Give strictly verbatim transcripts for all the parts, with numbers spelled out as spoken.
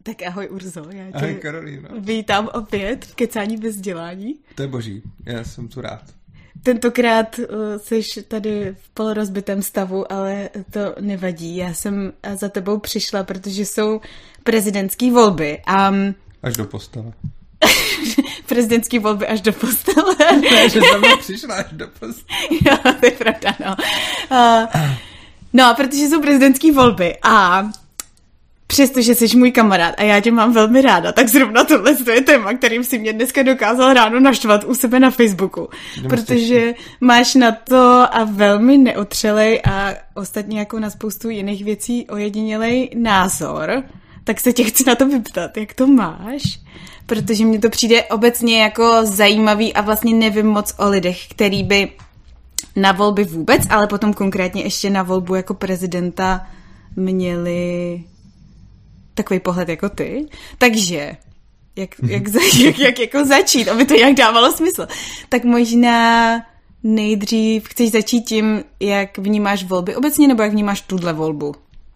Tak ahoj Urzo, já tě ahoj Karolíno. Vítám opět v Kecání bez dělání. To je boží, já jsem tu rád. Tentokrát uh, jsi tady v polorozbitém stavu, ale to nevadí. Já jsem za tebou přišla, protože jsou prezidentské volby a... Až do postele. Prezidentské volby až do postele. Ne, že za mě přišla až do postele. Jo, to je pravda, no. Uh, no, protože jsou prezidentské volby a... Přestože jsi můj kamarád a já tě mám velmi ráda, tak zrovna tohle je téma, kterým si mě dneska dokázal ráno naštvat u sebe na Facebooku. Jdeme protože stěžit. Máš na to a velmi neotřelej a ostatně jako na spoustu jiných věcí ojedinělej názor, tak se tě chci na to vyptat, jak to máš? Protože mně to přijde obecně jako zajímavý a vlastně nevím moc o lidech, který by na volby vůbec, ale potom konkrétně ještě na volbu jako prezidenta měli... takový pohled jako ty. Takže, jak, jak, za, jak, jak jako začít, aby to nějak dávalo smysl. Tak možná nejdřív chceš začít tím, jak vnímáš volby obecně, nebo jak vnímáš tuhle volbu?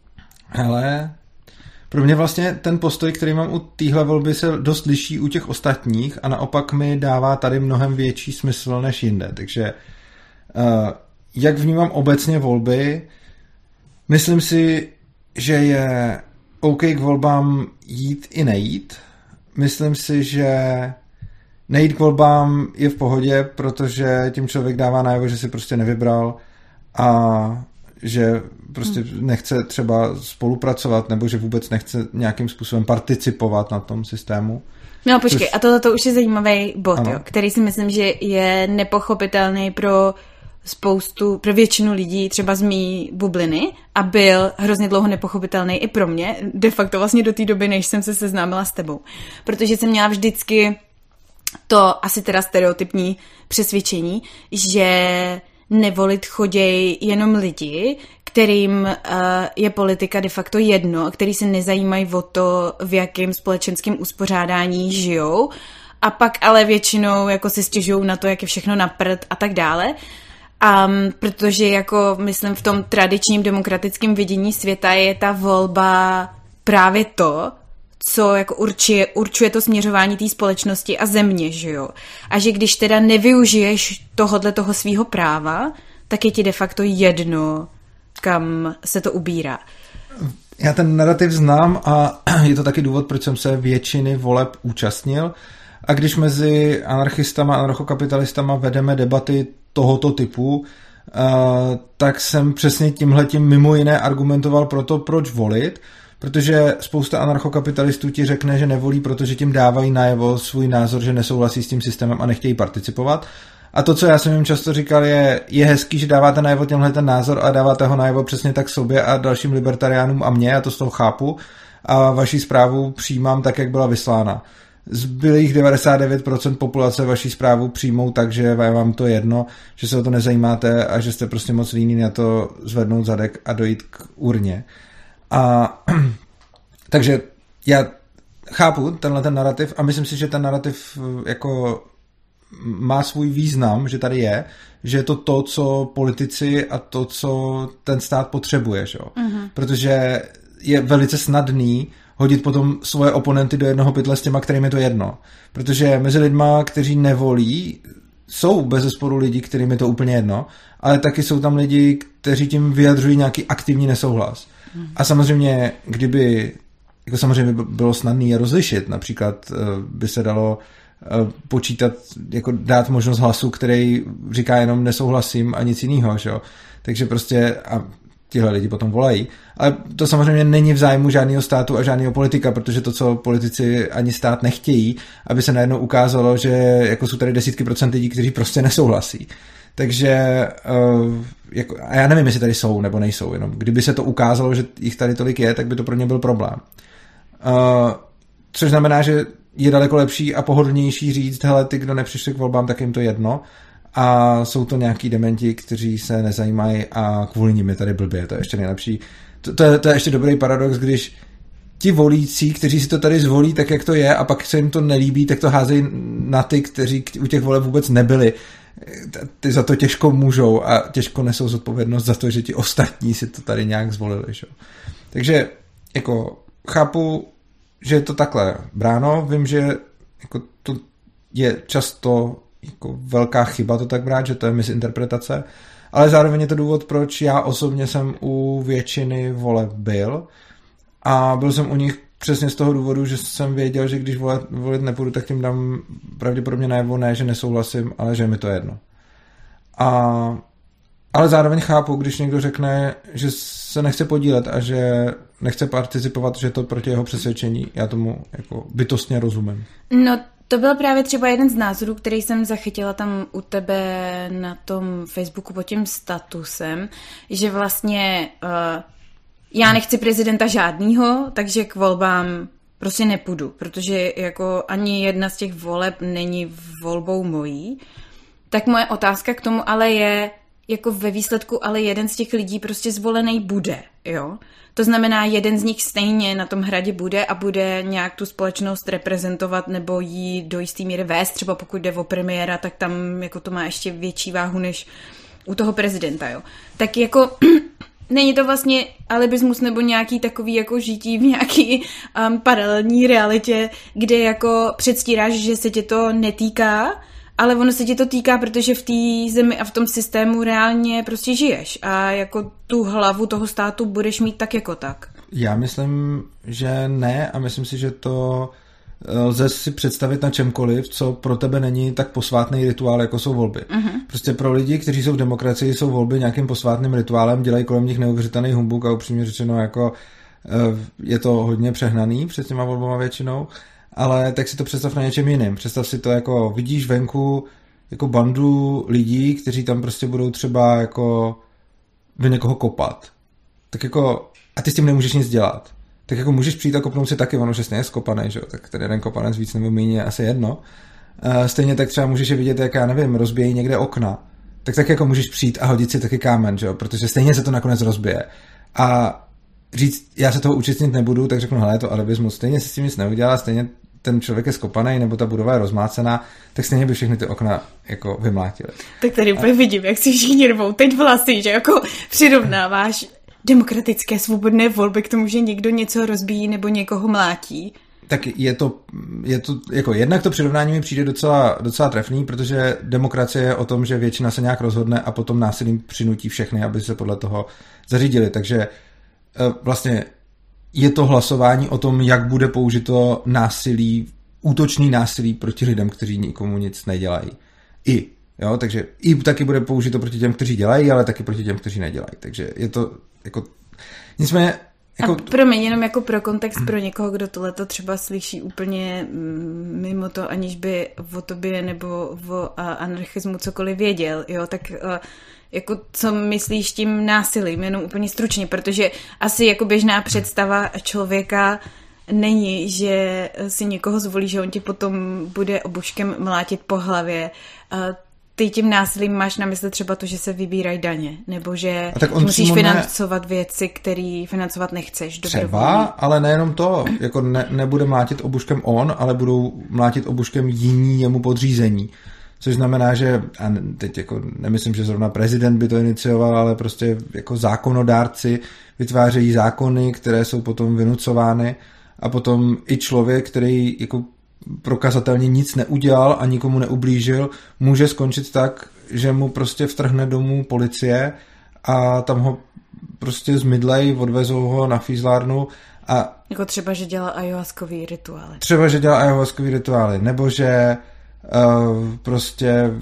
Hele, pro mě vlastně ten postoj, který mám u téhle volby, se dost liší u těch ostatních a naopak mi dává tady mnohem větší smysl než jinde. Takže uh, jak vnímám obecně volby, myslím si, že je OK k volbám jít i nejít. Myslím si, že nejít k volbám je v pohodě, protože tím člověk dává najevo, že si prostě nevybral a že prostě hmm. nechce třeba spolupracovat nebo že vůbec nechce nějakým způsobem participovat na tom systému. No počkej, což... a tohle to už je zajímavý bod, jo, který si myslím, že je nepochopitelný pro spoustu, pro většinu lidí třeba z mý bubliny a byl hrozně dlouho nepochopitelný i pro mě, de facto vlastně do té doby, než jsem se seznámila s tebou. Protože jsem měla vždycky to asi teda stereotypní přesvědčení, že nevolit choděj jenom lidi, kterým uh, je politika de facto jedno, který se nezajímají o to, v jakém společenském uspořádání žijou a pak ale většinou jako se stěžují na to, jak je všechno na prd a tak dále. Um, protože jako myslím v tom tradičním demokratickém vidění světa je ta volba právě to, co jako určuje, určuje to směřování té společnosti a země, že jo. A že když teda nevyužiješ tohodle toho svýho práva, tak je ti de facto jedno, kam se to ubírá. Já ten narrativ znám a je to taky důvod, proč jsem se většiny voleb účastnil. A když mezi anarchistama a anarchokapitalistama vedeme debaty tohoto typu, uh, tak jsem přesně tímhletím mimo jiné argumentoval pro to, proč volit, protože spousta anarchokapitalistů ti řekne, že nevolí, protože tím dávají najevo svůj názor, že nesouhlasí s tím systémem a nechtějí participovat. A to, co já jsem jim často říkal, je, je hezký, že dáváte najevo těmhle ten názor a dáváte ho najevo přesně tak sobě a dalším libertariánům a mně, já to z toho chápu a vaši zprávu přijímám tak, jak byla vyslána. Zbylých devadesát devět procent populace vaší zprávu přijmou tak, že vám to jedno, že se o to nezajímáte a že jste prostě moc líní na to zvednout zadek a dojít k urně. A takže já chápu tenhle ten narrativ a myslím si, že ten narrativ jako má svůj význam, že tady je, že je to to, co politici a to, co ten stát potřebuje, že? Uh-huh. Protože je velice snadný hodit potom svoje oponenty do jednoho pytle s těma, kterým je to jedno. Protože mezi lidma, kteří nevolí, jsou bezesporu lidi, kterým je to úplně jedno, ale taky jsou tam lidi, kteří tím vyjadřují nějaký aktivní nesouhlas. Hmm. A samozřejmě, kdyby, jako samozřejmě by bylo snadné je rozlišit, například by se dalo počítat, jako dát možnost hlasu, který říká jenom nesouhlasím a nic jiného, že jo. Takže prostě a tihle lidi potom volají. Ale to samozřejmě není v zájmu žádného státu a žádného politika, protože to, co politici ani stát nechtějí, aby se najednou ukázalo, že jako jsou tady desítky procent lidí, kteří prostě nesouhlasí. Takže uh, jako, a já nevím, jestli tady jsou nebo nejsou, jenom kdyby se to ukázalo, že jich tady tolik je, tak by to pro ně byl problém. Uh, což znamená, že je daleko lepší a pohodlnější říct, hele, ty, kdo nepřišli k volbám, tak jim to jedno. A jsou to nějaký dementi, kteří se nezajímají a kvůli nim je tady blbě. To je ještě nejlepší. To, to, je, to je ještě dobrý paradox, když ti volící, kteří si to tady zvolí tak, jak to je a pak se jim to nelíbí, tak to házejí na ty, kteří u těch voleb vůbec nebyli. Ty za to těžko můžou a těžko nesou zodpovědnost za to, že ti ostatní si to tady nějak zvolili. Že? Takže jako chápu že je to takhle bráno, vím, že jako to je často jako velká chyba to tak brát, že to je misinterpretace, ale zároveň je to důvod, proč já osobně jsem u většiny voleb byl a byl jsem u nich přesně z toho důvodu, že jsem věděl, že když volit, volit nepůjdu, tak tím dám pravděpodobně najevo ne, že nesouhlasím, ale že je mi to jedno. A, ale zároveň chápu, když někdo řekne, že se nechce podílet a že nechce participovat, že to proti jeho přesvědčení. Já tomu jako bytostně rozumím. No, to byl právě třeba jeden z názorů, který jsem zachytila tam u tebe na tom Facebooku pod tím statusem, že vlastně uh, já nechci prezidenta žádnýho, takže k volbám prostě nepůjdu, protože jako ani jedna z těch voleb není volbou mojí. Tak moje otázka k tomu ale je, jako ve výsledku, ale jeden z těch lidí prostě zvolený bude, jo. To znamená, jeden z nich stejně na tom hradě bude a bude nějak tu společnost reprezentovat nebo jí do jistý míry vést, třeba pokud jde o premiéra, tak tam jako to má ještě větší váhu než u toho prezidenta, jo. Tak jako není to vlastně alibismus nebo nějaký takový jako žití v nějaký um, paralelní realitě, kde jako předstíráš, že se tě to netýká, ale ono se tě to týká, protože v té zemi a v tom systému reálně prostě žiješ a jako tu hlavu toho státu budeš mít tak jako tak. Já myslím, že ne a myslím si, že to lze si představit na čemkoliv, co pro tebe není tak posvátný rituál, jako jsou volby. Uh-huh. Prostě pro lidi, kteří jsou v demokracii, jsou volby nějakým posvátným rituálem, dělají kolem nich neuvěřitelný humbuk a upřímně řečeno jako je to hodně přehnaný před těma volbama většinou. Ale tak si to představ na něčem jiným. Představ si to jako vidíš venku jako bandu lidí, kteří tam prostě budou třeba jako do někoho kopat. Tak jako a ty s tím nemůžeš nic dělat. Tak jako můžeš přijít a kopnout si taky, ono že je skopanej, že jo? Tak ten jeden kopanec víc nebo méně je asi jedno. Uh, stejně tak třeba můžeš je vidět, jak já nevím, rozbíjejí někde okna. Tak tak jako můžeš přijít a hodit si taky kámen, že jo? Protože stejně se to nakonec rozbije. A říct, já se toho účastnit nebudu, tak řeknu, hele, je to alibismus, stejně si s tím nic neudělá, stejně ten člověk je skopaný, nebo ta budova je rozmácená, tak stejně by všechny ty okna jako vymlátily. Tak tady úplně a... vidím, jak si všichni rvou teď vlasy, že jako přirovnáváš demokratické svobodné volby k tomu, že někdo něco rozbíjí nebo někoho mlátí. Tak je to, je to jako jednak to přirovnání mi přijde docela, docela trefný, protože demokracie je o tom, že většina se nějak rozhodne a potom násilím přinutí všechny, aby se podle toho zařídili. Takže vlastně je to hlasování o tom, jak bude použito násilí, útočný násilí proti lidem, kteří nikomu nic nedělají. I, jo, takže i taky bude použito proti těm, kteří dělají, ale taky proti těm, kteří nedělají. Takže je to jako, nicméně jako... A promiň, jenom jako pro kontext pro někoho, kdo tohleto třeba slyší úplně mimo to, aniž by o tobě nebo o anarchismu cokoliv věděl, jo, tak jako co myslíš tím násilím, jenom úplně stručně, protože asi jako běžná představa člověka není, že si někoho zvolí, že on ti potom bude obuškem mlátit po hlavě. Ty tím násilím máš na mysli třeba to, že se vybírají daně, nebo že musíš financovat ne... věci, které financovat nechceš. Třeba, ale nejenom to, jako ne, nebude mlátit obuškem on, ale budou mlátit obuškem jiní jemu podřízení. Což znamená, že, a teď jako nemyslím, že zrovna prezident by to inicioval, ale prostě jako zákonodárci vytvářejí zákony, které jsou potom vynucovány a potom i člověk, který jako prokazatelně nic neudělal a nikomu neublížil, může skončit tak, že mu prostě vtrhne domů policie a tam ho prostě zmydlej, odvezou ho na fízlárnu a... Jako třeba, že dělá ayahuaskový rituály. Třeba, že dělá ayahuaskový rituály, nebo že uh, prostě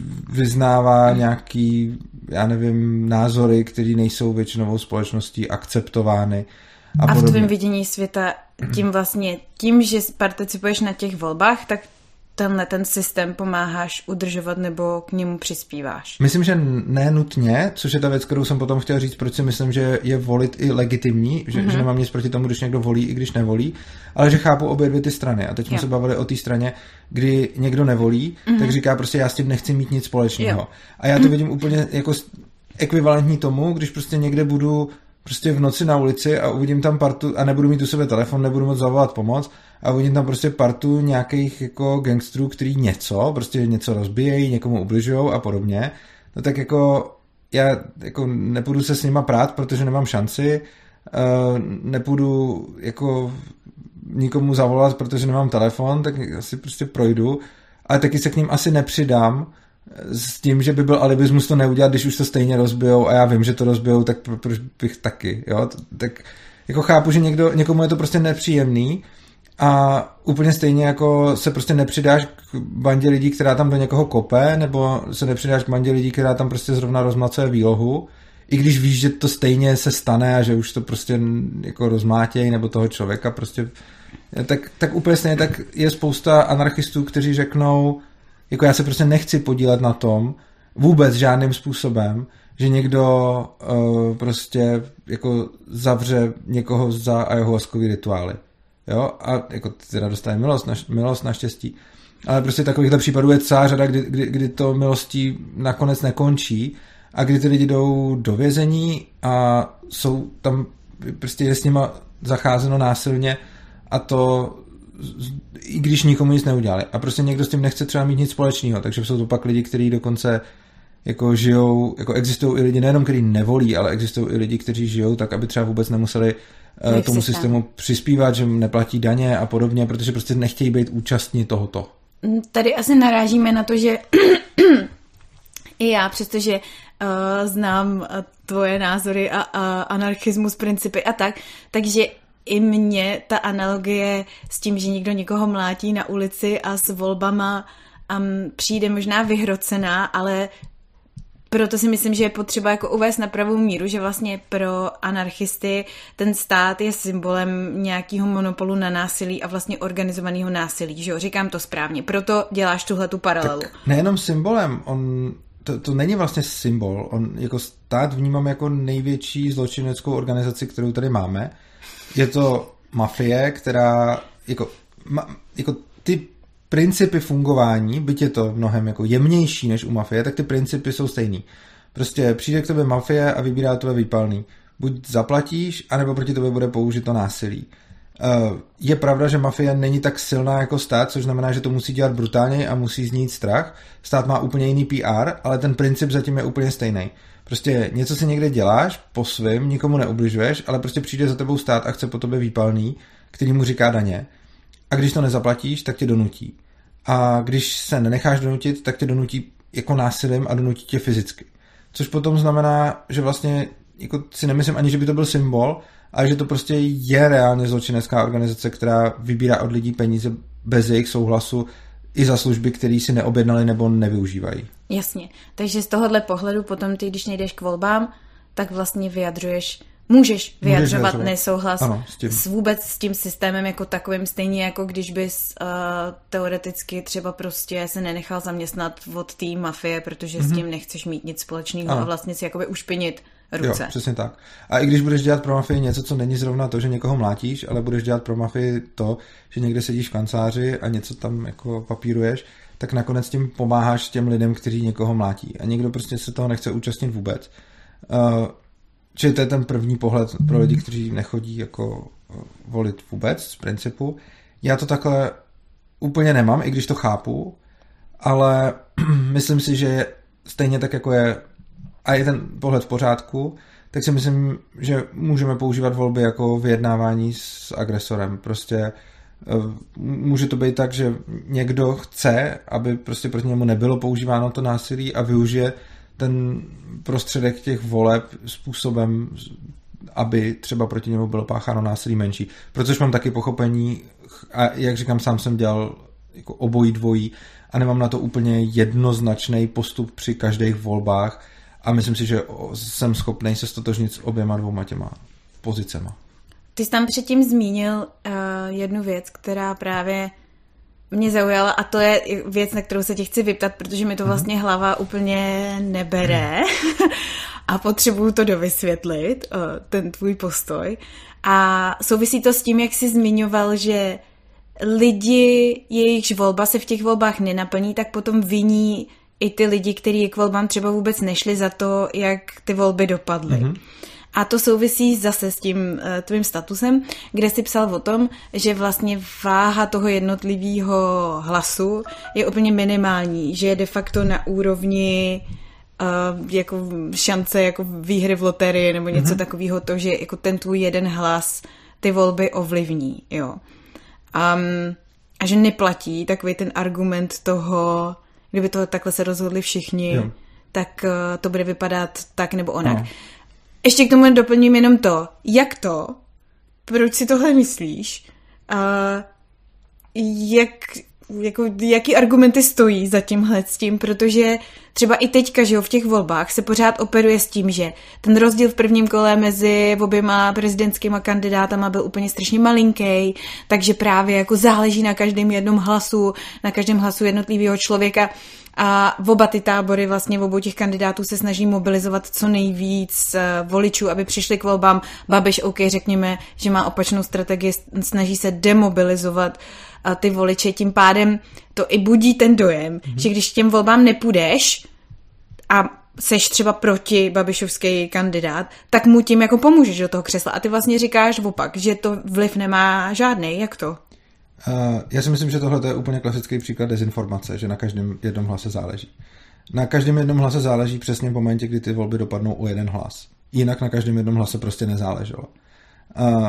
vyznává nějaký, já nevím, názory, které nejsou většinovou společností akceptovány. A, a v tvém vidění světa tím vlastně, tím, že participuješ na těch volbách, tak tenhle ten systém pomáháš udržovat nebo k němu přispíváš? Myslím, že ne nutně, což je ta věc, kterou jsem potom chtěl říct, proč si myslím, že je volit i legitimní, že, mm-hmm. že nemám nic proti tomu, když někdo volí i když nevolí, ale že chápu obě dvě ty strany. A teď jsme jo. se bavili o té straně, kdy někdo nevolí, mm-hmm. tak říká prostě já s tím nechci mít nic společného. Jo. A já to vidím úplně jako ekvivalentní tomu, když prostě někde budu prostě v noci na ulici a uvidím tam partu a nebudu mít u sebe telefon, nebudu moc zavolat pomoc a uvidím tam prostě partu nějakých jako gangstrů, který něco, prostě něco rozbijejí, někomu ubližujou a podobně, no tak jako já jako nepůjdu se s nima prát, protože nemám šanci, uh, nepůjdu jako nikomu zavolat, protože nemám telefon, tak asi prostě projdu, ale taky se k ním asi nepřidám s tím, že by byl alibismus to neudělat, když už to stejně rozbijou a já vím, že to rozbijou, tak proč bych taky, jo, tak jako chápu, že někdo, někomu je to prostě nepříjemný a úplně stejně jako se prostě nepřidáš k bandě lidí, která tam do někoho kope, nebo se nepřidáš k bandě lidí, která tam prostě zrovna rozmlacuje výlohu, i když víš, že to stejně se stane a že už to prostě jako rozmátěj, nebo toho člověka prostě, tak, tak úplně stejně tak je spousta anarchistů, kteří řeknou, jako já se prostě nechci podílet na tom vůbec žádným způsobem, že někdo uh, prostě jako zavře někoho za ayahuaskový rituály. Jo? A jako teda dostane milost, naš, milost naštěstí. Ale prostě takovýchhle případů je celá řada, kdy, kdy, kdy to milostí nakonec nekončí a kdy ty lidi jdou do vězení a jsou tam prostě je s nima zacházeno násilně a to i když nikomu nic neudělali. A prostě někdo s tím nechce třeba mít nic společného, takže jsou to pak lidi, kteří dokonce jako žijou, jako existují i lidi nejenom, kteří nevolí, ale existují i lidi, kteří žijou tak, aby třeba vůbec nemuseli uh, tomu systému přispívat, že neplatí daně a podobně, protože prostě nechtějí být účastní tohoto. Tady asi narážíme na to, že i já, přestože uh, znám tvoje názory a, a anarchismus, principy a tak, takže i mně ta analogie s tím, že někdo někoho mlátí na ulici a s volbama um, přijde možná vyhrocená, ale proto si myslím, že je potřeba jako uvést na pravou míru, že vlastně pro anarchisty ten stát je symbolem nějakého monopolu na násilí a vlastně organizovaného násilí, že jo? Říkám to správně, proto děláš tuhletu paralelu. Tak nejenom symbolem, on, to, to není vlastně symbol, on jako stát vnímám jako největší zločineckou organizaci, kterou tady máme. Je to mafie, která jako, ma, jako ty principy fungování, byť je to mnohem jako jemnější než u mafie, tak ty principy jsou stejný. Prostě přijde k tobě mafie a vybírá tebe výpalný. Buď zaplatíš, anebo proti tobě bude použito násilí. Je pravda, že mafie není tak silná jako stát, což znamená, že to musí dělat brutálně a musí znít strach. Stát má úplně jiný P R, ale ten princip zatím je úplně stejný. Prostě něco si někde děláš po svým, nikomu neubližuješ, ale prostě přijde za tebou stát a chce po tobě výpalný, který mu říká daně. A když to nezaplatíš, tak tě donutí. A když se nenecháš donutit, tak tě donutí jako násilím a donutí tě fyzicky. Což potom znamená, že vlastně jako si nemyslím ani, že by to byl symbol, ale že to prostě je reálně zločinecká organizace, která vybírá od lidí peníze bez jejich souhlasu i za služby, které si neobjednali nebo nevyužívají. Jasně. Takže z tohohle pohledu potom ty, když nejdeš k volbám, tak vlastně vyjadřuješ, můžeš vyjadřovat můžeš nesouhlas ano, s, s vůbec s tím systémem jako takovým, stejně jako když bys uh, teoreticky třeba prostě se nenechal zaměstnat od té mafie, protože mm-hmm. s tím nechceš mít nic společného a vlastně si jakoby ušpinit ruce. Jo, přesně tak. A i když budeš dělat pro mafii něco, co není zrovna to, že někoho mlátíš, ale budeš dělat pro mafii to, že někde sedíš v kanceláři a něco tam jako papíruješ, tak nakonec tím pomáháš těm lidem, kteří někoho mlátí. A někdo prostě se toho nechce účastnit vůbec. Uh, čili to je ten první pohled pro lidi, kteří nechodí jako volit vůbec z principu. Já to takhle úplně nemám, i když to chápu, ale myslím si, že stejně tak, jako je a je ten pohled v pořádku, tak si myslím, že můžeme používat volby jako vyjednávání s agresorem. Prostě může to být tak, že někdo chce, aby prostě proti němu nebylo používáno to násilí a využije ten prostředek těch voleb způsobem, aby třeba proti němu bylo pácháno násilí menší. Protože mám taky pochopení a jak říkám, sám jsem dělal jako obojí dvojí a nemám na to úplně jednoznačný postup při každých volbách a myslím si, že jsem schopný se stotožnit s oběma dvouma těma pozicema. Ty jsi tam předtím zmínil uh, jednu věc, která právě mě zaujala a to je věc, na kterou se tě chci vyptat, protože mi to vlastně mm. hlava úplně nebere a potřebuju to dovysvětlit, uh, ten tvůj postoj. A souvisí to s tím, jak jsi zmiňoval, že lidi, jejichž volba se v těch volbách nenaplní, tak potom viní i ty lidi, kteří k volbám třeba vůbec nešli za to, jak ty volby dopadly. Mm-hmm. A to souvisí zase s tím uh, tvým statusem, kde jsi psal o tom, že vlastně váha toho jednotlivého hlasu je úplně minimální, že je de facto na úrovni uh, jako šance jako výhry v loterii nebo něco mm-hmm. takového, to, že jako ten tvůj jeden hlas ty volby ovlivní. Jo. Um, a že neplatí takový ten argument toho, kdyby to takhle se rozhodli všichni, jo. tak uh, to bude vypadat tak nebo onak. No. Ještě k tomu doplním jenom to, jak to, proč si tohle myslíš, uh, jak, jako, jaký argumenty stojí za tímhle s tím, protože třeba i teďka, že jo, v těch volbách se pořád operuje s tím, že ten rozdíl v prvním kole mezi oběma prezidentskýma kandidátama byl úplně strašně malinký, takže právě jako záleží na každém jednom hlasu, na každém hlasu jednotlivého člověka a v oba ty tábory vlastně v obou těch kandidátů se snaží mobilizovat co nejvíc voličů, aby přišli k volbám. Babiš, OK, řekněme, že má opačnou strategii, snaží se demobilizovat ty voliče, tím pádem to i budí ten dojem, mm-hmm. že když těm volbám nepůjdeš a seš třeba proti babišovský kandidát, tak mu tím jako pomůžeš do toho křesla. A ty vlastně říkáš opak, že to vliv nemá žádnej. Jak to? Uh, já si myslím, že tohle je úplně klasický příklad dezinformace, že na každém jednom hlase záleží. Na každém jednom hlase záleží přesně v momentě, kdy ty volby dopadnou o jeden hlas. Jinak na každém jednom hlase prostě nezáleželo. Uh,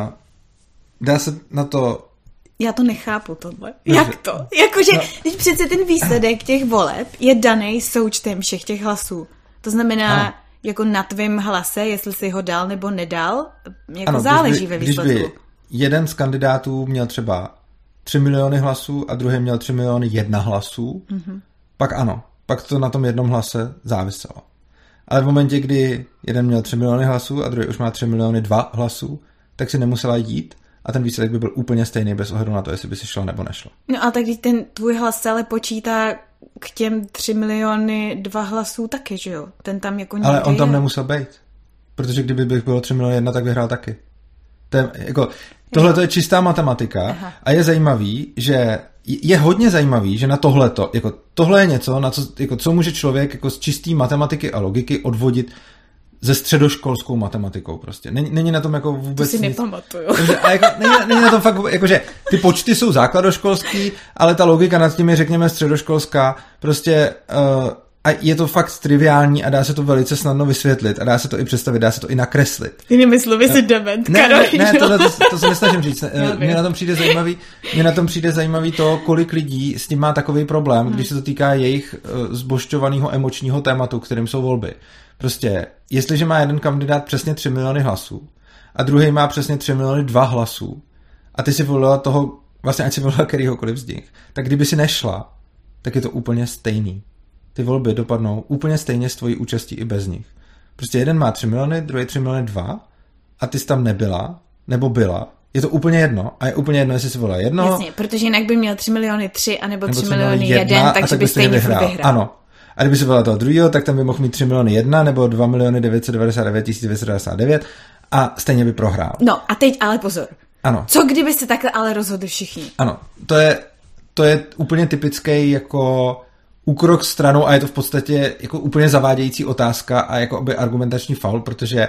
dá se na to... Já to nechápu, tohle. No, jak to? Jakože, no. Když přece ten výsledek těch voleb je daný součtem všech těch hlasů. To znamená, ano. jako na tvým hlase, jestli jsi ho dal nebo nedal, jako ano, záleží by, ve výsledku. Když by jeden z kandidátů měl třeba tři miliony hlasů a druhý měl tři miliony jedna hlasů, mm-hmm. pak ano, pak to na tom jednom hlase záviselo. Ale v momentě, kdy jeden měl tři miliony hlasů a druhý už má tři miliony dva hlasů, tak si nemusela jít a ten výsledek by byl úplně stejný bez ohledu na to, jestli by si šlo nebo nešlo. No a tak ten tvůj hlas se ale počítá k těm tři miliony dva hlasů taky, že jo? Ten tam jako někde Ale on tam je. nemusel být. Protože kdyby bych bylo tři miliony jedna, tak vyhrál taky. To je, jako, tohle to je čistá matematika. Aha. A je zajímavý, že je hodně zajímavý, že na tohleto, jako tohle je něco, na co, jako, co může člověk jako z čistý matematiky a logiky odvodit ze středoškolskou matematikou prostě. Není, není na tom jako vůbec to si nic. nepamatuju. Takže, a jako, není, není na tom fakt, jakože ty počty jsou základoškolský, ale ta logika nad tím je, řekněme, středoškolská. Prostě uh, a je to fakt triviální a dá se to velice snadno vysvětlit a dá se to i představit, dá se to i nakreslit. Jinými slovy si dement, ne, Karolíno. Ne, ne, to, to, to se nesnažím říct. Mně na tom přijde zajímavý, mně na tom přijde zajímavý to, kolik lidí s tím má takový problém, hmm. když se to týká jejich uh, zbožťovaného emočního tématu, kterým jsou volby. Prostě, jestliže má jeden kandidát přesně tři miliony hlasů a druhý má přesně tři miliony dva hlasů a ty si volila toho, vlastně ať si volila kterýhokoliv z nich, tak kdyby si nešla, tak je to úplně stejný. Ty volby dopadnou úplně stejně s tvojí účastí i bez nich. Prostě jeden má tři miliony, druhý tři miliony dva a ty jsi tam nebyla, nebo byla. Je to úplně jedno a je úplně jedno, jestli si volila jednoho. Jasně, protože jinak by měl tři miliony tři a nebo tři miliony jeden, takže by stejně vyhrál. vyhrál. Ano. A kdyby si volila toho druhého, tak tam by mohl mít tři miliony jedna nebo dva miliony devět set devadesát devět tisíc devět set devadesát devět a stejně by prohrál. No a teď ale pozor. Ano. Co kdyby se takhle ale rozhodli všichni? Ano, to je, to je úplně typický jako úkrok stranou a je to v podstatě jako úplně zavádějící otázka a jako by argumentační faul, protože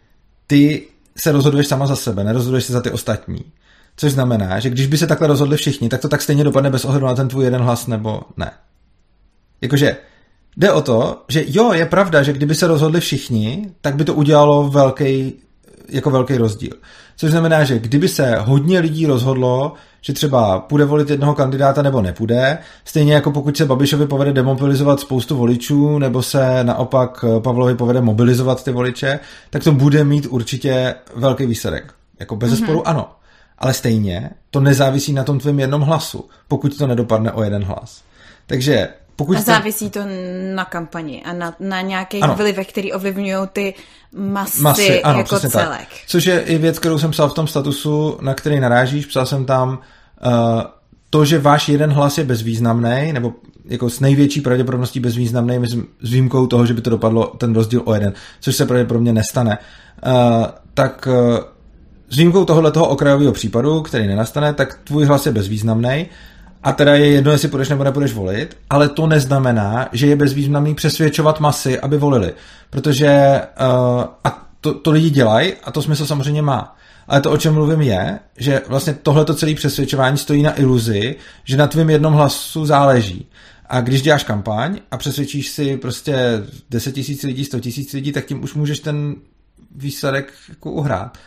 ty se rozhoduješ sama za sebe, nerozhoduješ se za ty ostatní. Což znamená, že když by se takhle rozhodli všichni, tak to tak stejně dopadne bez ohledu na ten tvůj jeden hlas nebo ne. Jakože jde o to, že jo, je pravda, že kdyby se rozhodli všichni, tak by to udělalo velký, jako velký rozdíl. Což znamená, že kdyby se hodně lidí rozhodlo, že třeba půjde volit jednoho kandidáta nebo nepůjde, stejně jako pokud se Babišovi povede demobilizovat spoustu voličů, nebo se naopak Pavlovi povede mobilizovat ty voliče, tak to bude mít určitě velký výsledek. Jako bez zesporu mm-hmm. ano. Ale stejně to nezávisí na tom tvém jednom hlasu, pokud to nedopadne o jeden hlas. Takže pokud a závisí to na kampani a na, na nějakých ano. vlivech, který ovlivňují ty masy, masy ano, jako celek. Tak. Což je i věc, kterou jsem psal v tom statusu, na který narážíš. Psal jsem tam uh, to, že váš jeden hlas je bezvýznamný, nebo jako s největší pravděpodobností bezvýznamný, myslím, s výjimkou toho, že by to dopadlo ten rozdíl o jeden, což se pravděpodobně nestane. Uh, tak uh, s výjimkou tohoto okrajového případu, který nenastane, tak tvůj hlas je bezvýznamný. A teda je jedno, jestli půjdeš nebo nepůjdeš volit, ale to neznamená, že je bezvýznamný přesvědčovat masy, aby volili. Protože uh, a to, to lidi dělají a to smysl samozřejmě má. Ale to, o čem mluvím, je, že vlastně tohleto celé přesvědčování stojí na iluzi, že na tvém jednom hlasu záleží. A když děláš kampaň a přesvědčíš si prostě deset tisíc lidí, sto tisíc lidí, tak tím už můžeš ten výsledek jako uhrát.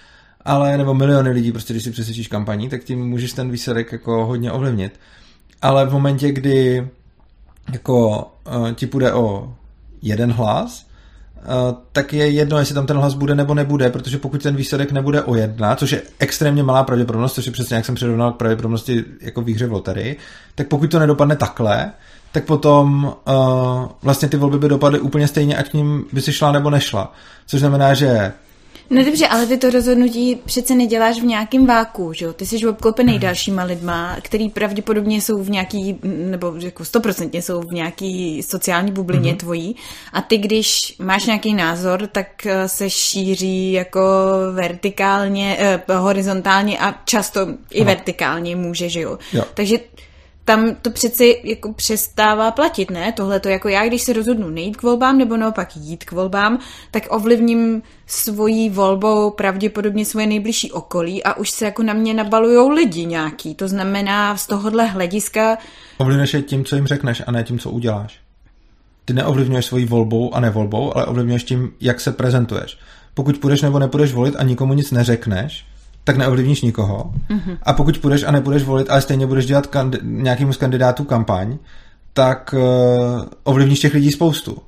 ale nebo miliony lidí, prostě když si přesvědčíš kampaní, tak tím můžeš ten výsledek jako hodně ovlivnit. Ale v momentě, kdy jako uh, ti půjde o jeden hlas, uh, tak je jedno, jestli tam ten hlas bude nebo nebude, protože pokud ten výsledek nebude o jedna, což je extrémně malá pravděpodobnost, což je přesně jak jsem přirovnal k pravděpodobnosti jako výhře v loterii, tak pokud to nedopadne takhle, tak potom uh, vlastně ty volby by dopadly úplně stejně, ať k ním by si šla nebo nešla. Což znamená, že No dobře, ale ty to rozhodnutí přece neděláš v nějakém váku, že jo? Ty jsi obklopený hmm. dalšíma lidma, který pravděpodobně jsou v nějaký, nebo jako stoprocentně jsou v nějaký sociální bublině hmm. tvojí a ty, když máš nějaký názor, tak se šíří jako vertikálně, eh, horizontálně a často i Aha. vertikálně může, že jo? jo. Takže tam to přeci jako přestává platit, ne? Tohle to jako já, když se rozhodnu nejít k volbám nebo naopak jít k volbám, tak ovlivním svojí volbou pravděpodobně svoje nejbližší okolí a už se jako na mě nabalujou lidi nějaký. To znamená z tohohle hlediska... Ovlivňuješ je tím, co jim řekneš a ne tím, co uděláš. Ty neovlivňuješ svojí volbou a nevolbou, ale ovlivňuješ tím, jak se prezentuješ. Pokud půjdeš nebo nepůjdeš volit a nikomu nic neřekneš, tak neovlivníš nikoho. Mm-hmm. A pokud půjdeš a nepůjdeš volit, ale stejně budeš dělat kandi- nějakému z kandidátů kampaň, tak uh, ovlivníš těch lidí spoustu.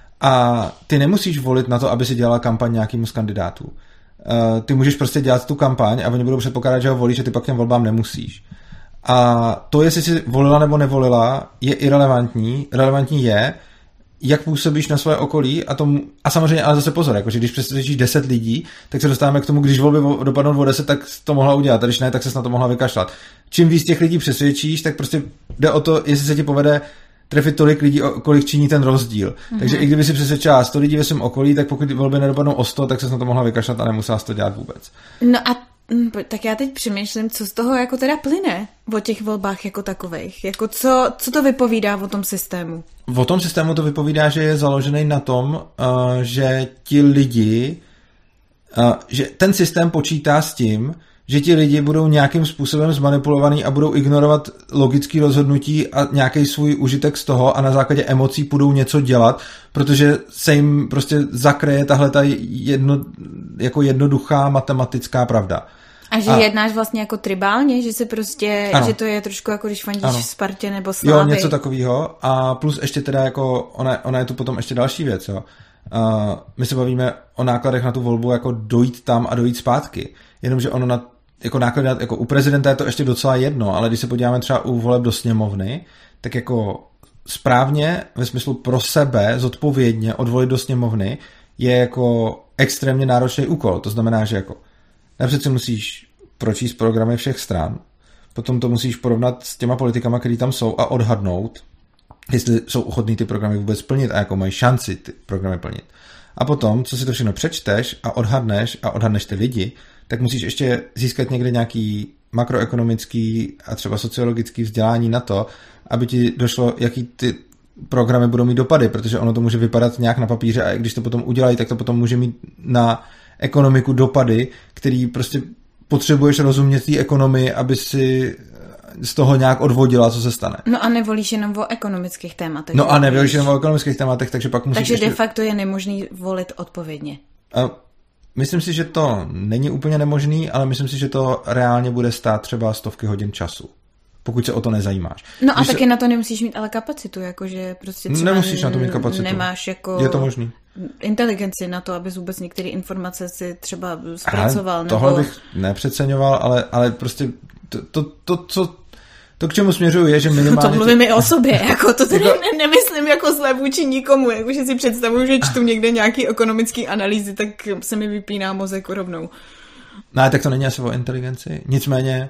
A ty nemusíš volit na to, aby si dělala kampaň nějakému z kandidátů. Uh, ty můžeš prostě dělat tu kampaň a oni budou předpokládat, že ho volíš, že ty pak těm volbám nemusíš. A to, jestli jsi volila nebo nevolila, je irelevantní. Relevantní je, jak působíš na své okolí a, tomu, a samozřejmě, ale zase pozor, jakože když přesvědčíš deset lidí, tak se dostáváme k tomu, když volby dopadnou o deset, tak to mohla udělat, a když ne, tak se na to mohla vykašlat. Čím víc těch lidí přesvědčíš, tak prostě jde o to, jestli se ti povede trefit tolik lidí, kolik činí ten rozdíl. Mm-hmm. Takže i kdyby si přesvědčila sto lidí ve svém okolí, tak pokud volby nedopadnou o sto, tak se na to mohla vykašlat a nemusela to dělat vůbec. No a tak já teď přemýšlím, co z toho jako teda plyne o těch volbách jako takových. Jako co, co to vypovídá o tom systému? O tom systému to vypovídá, že je založený na tom, uh, že ti lidi, uh, že ten systém počítá s tím, že ti lidi budou nějakým způsobem zmanipulovaný a budou ignorovat logické rozhodnutí a nějaký svůj užitek z toho a na základě emocí budou něco dělat, protože se jim prostě zakryje tahle ta jedno, jako jednoduchá matematická pravda. A že a, jednáš vlastně jako tribálně, že se prostě, ano. že to je trošku jako když fandíš v Spartě nebo Slávy. Jo, něco takového. A plus ještě teda jako, ona, ona je tu potom ještě další věc, jo. Uh, my se bavíme o nákladech na tu volbu jako dojít tam a dojít zpátky. Jenomže ono na jako náklady, jako u prezidenta je to ještě docela jedno, ale když se podíváme třeba u voleb do sněmovny, tak jako správně ve smyslu pro sebe zodpovědně odvolit do sněmovny je jako extrémně náročný úkol. To znamená, že jako napřed si musíš pročíst programy všech stran, potom to musíš porovnat s těma politikama, který tam jsou a odhadnout, jestli jsou ochotní ty programy vůbec plnit a jako mají šanci ty programy plnit. A potom, co si to všechno přečteš a odhadneš a odhadneš ty lidi, tak musíš ještě získat někde nějaký makroekonomický a třeba sociologický vzdělání na to, aby ti došlo, jaký ty programy budou mít dopady, protože ono to může vypadat nějak na papíře a i když to potom udělají, tak to potom může mít na ekonomiku dopady, který prostě potřebuješ rozumět té ekonomii, aby si z toho nějak odvodila, co se stane. No a nevolíš jenom o ekonomických tématech. No a nevolíš jenom o ekonomických tématech, takže pak musíš Takže ještě... de facto je nemožný volit odpovědně. A myslím si, že to není úplně nemožný, ale myslím si, že to reálně bude stát třeba stovky hodin času, pokud se o to nezajímáš. No a Když taky se... na to nemusíš mít ale kapacitu, jakože prostě třeba nemusíš na to mít kapacitu. Nemáš jako je to možný. Inteligenci na to, abys vůbec některé informace si třeba zpracoval. Ale tohle nebo... bych nepřeceňoval, ale, ale prostě to, to, to, co to, k čemu směřuju, je, že minimálně... To mluvím i o sobě, jako to tady ne, nemyslím jako zle vůči nikomu, jakože si představuju, že čtu někde nějaký ekonomický analýzy, tak se mi vypíná mozek rovnou. No, tak to není asi o inteligenci, nicméně...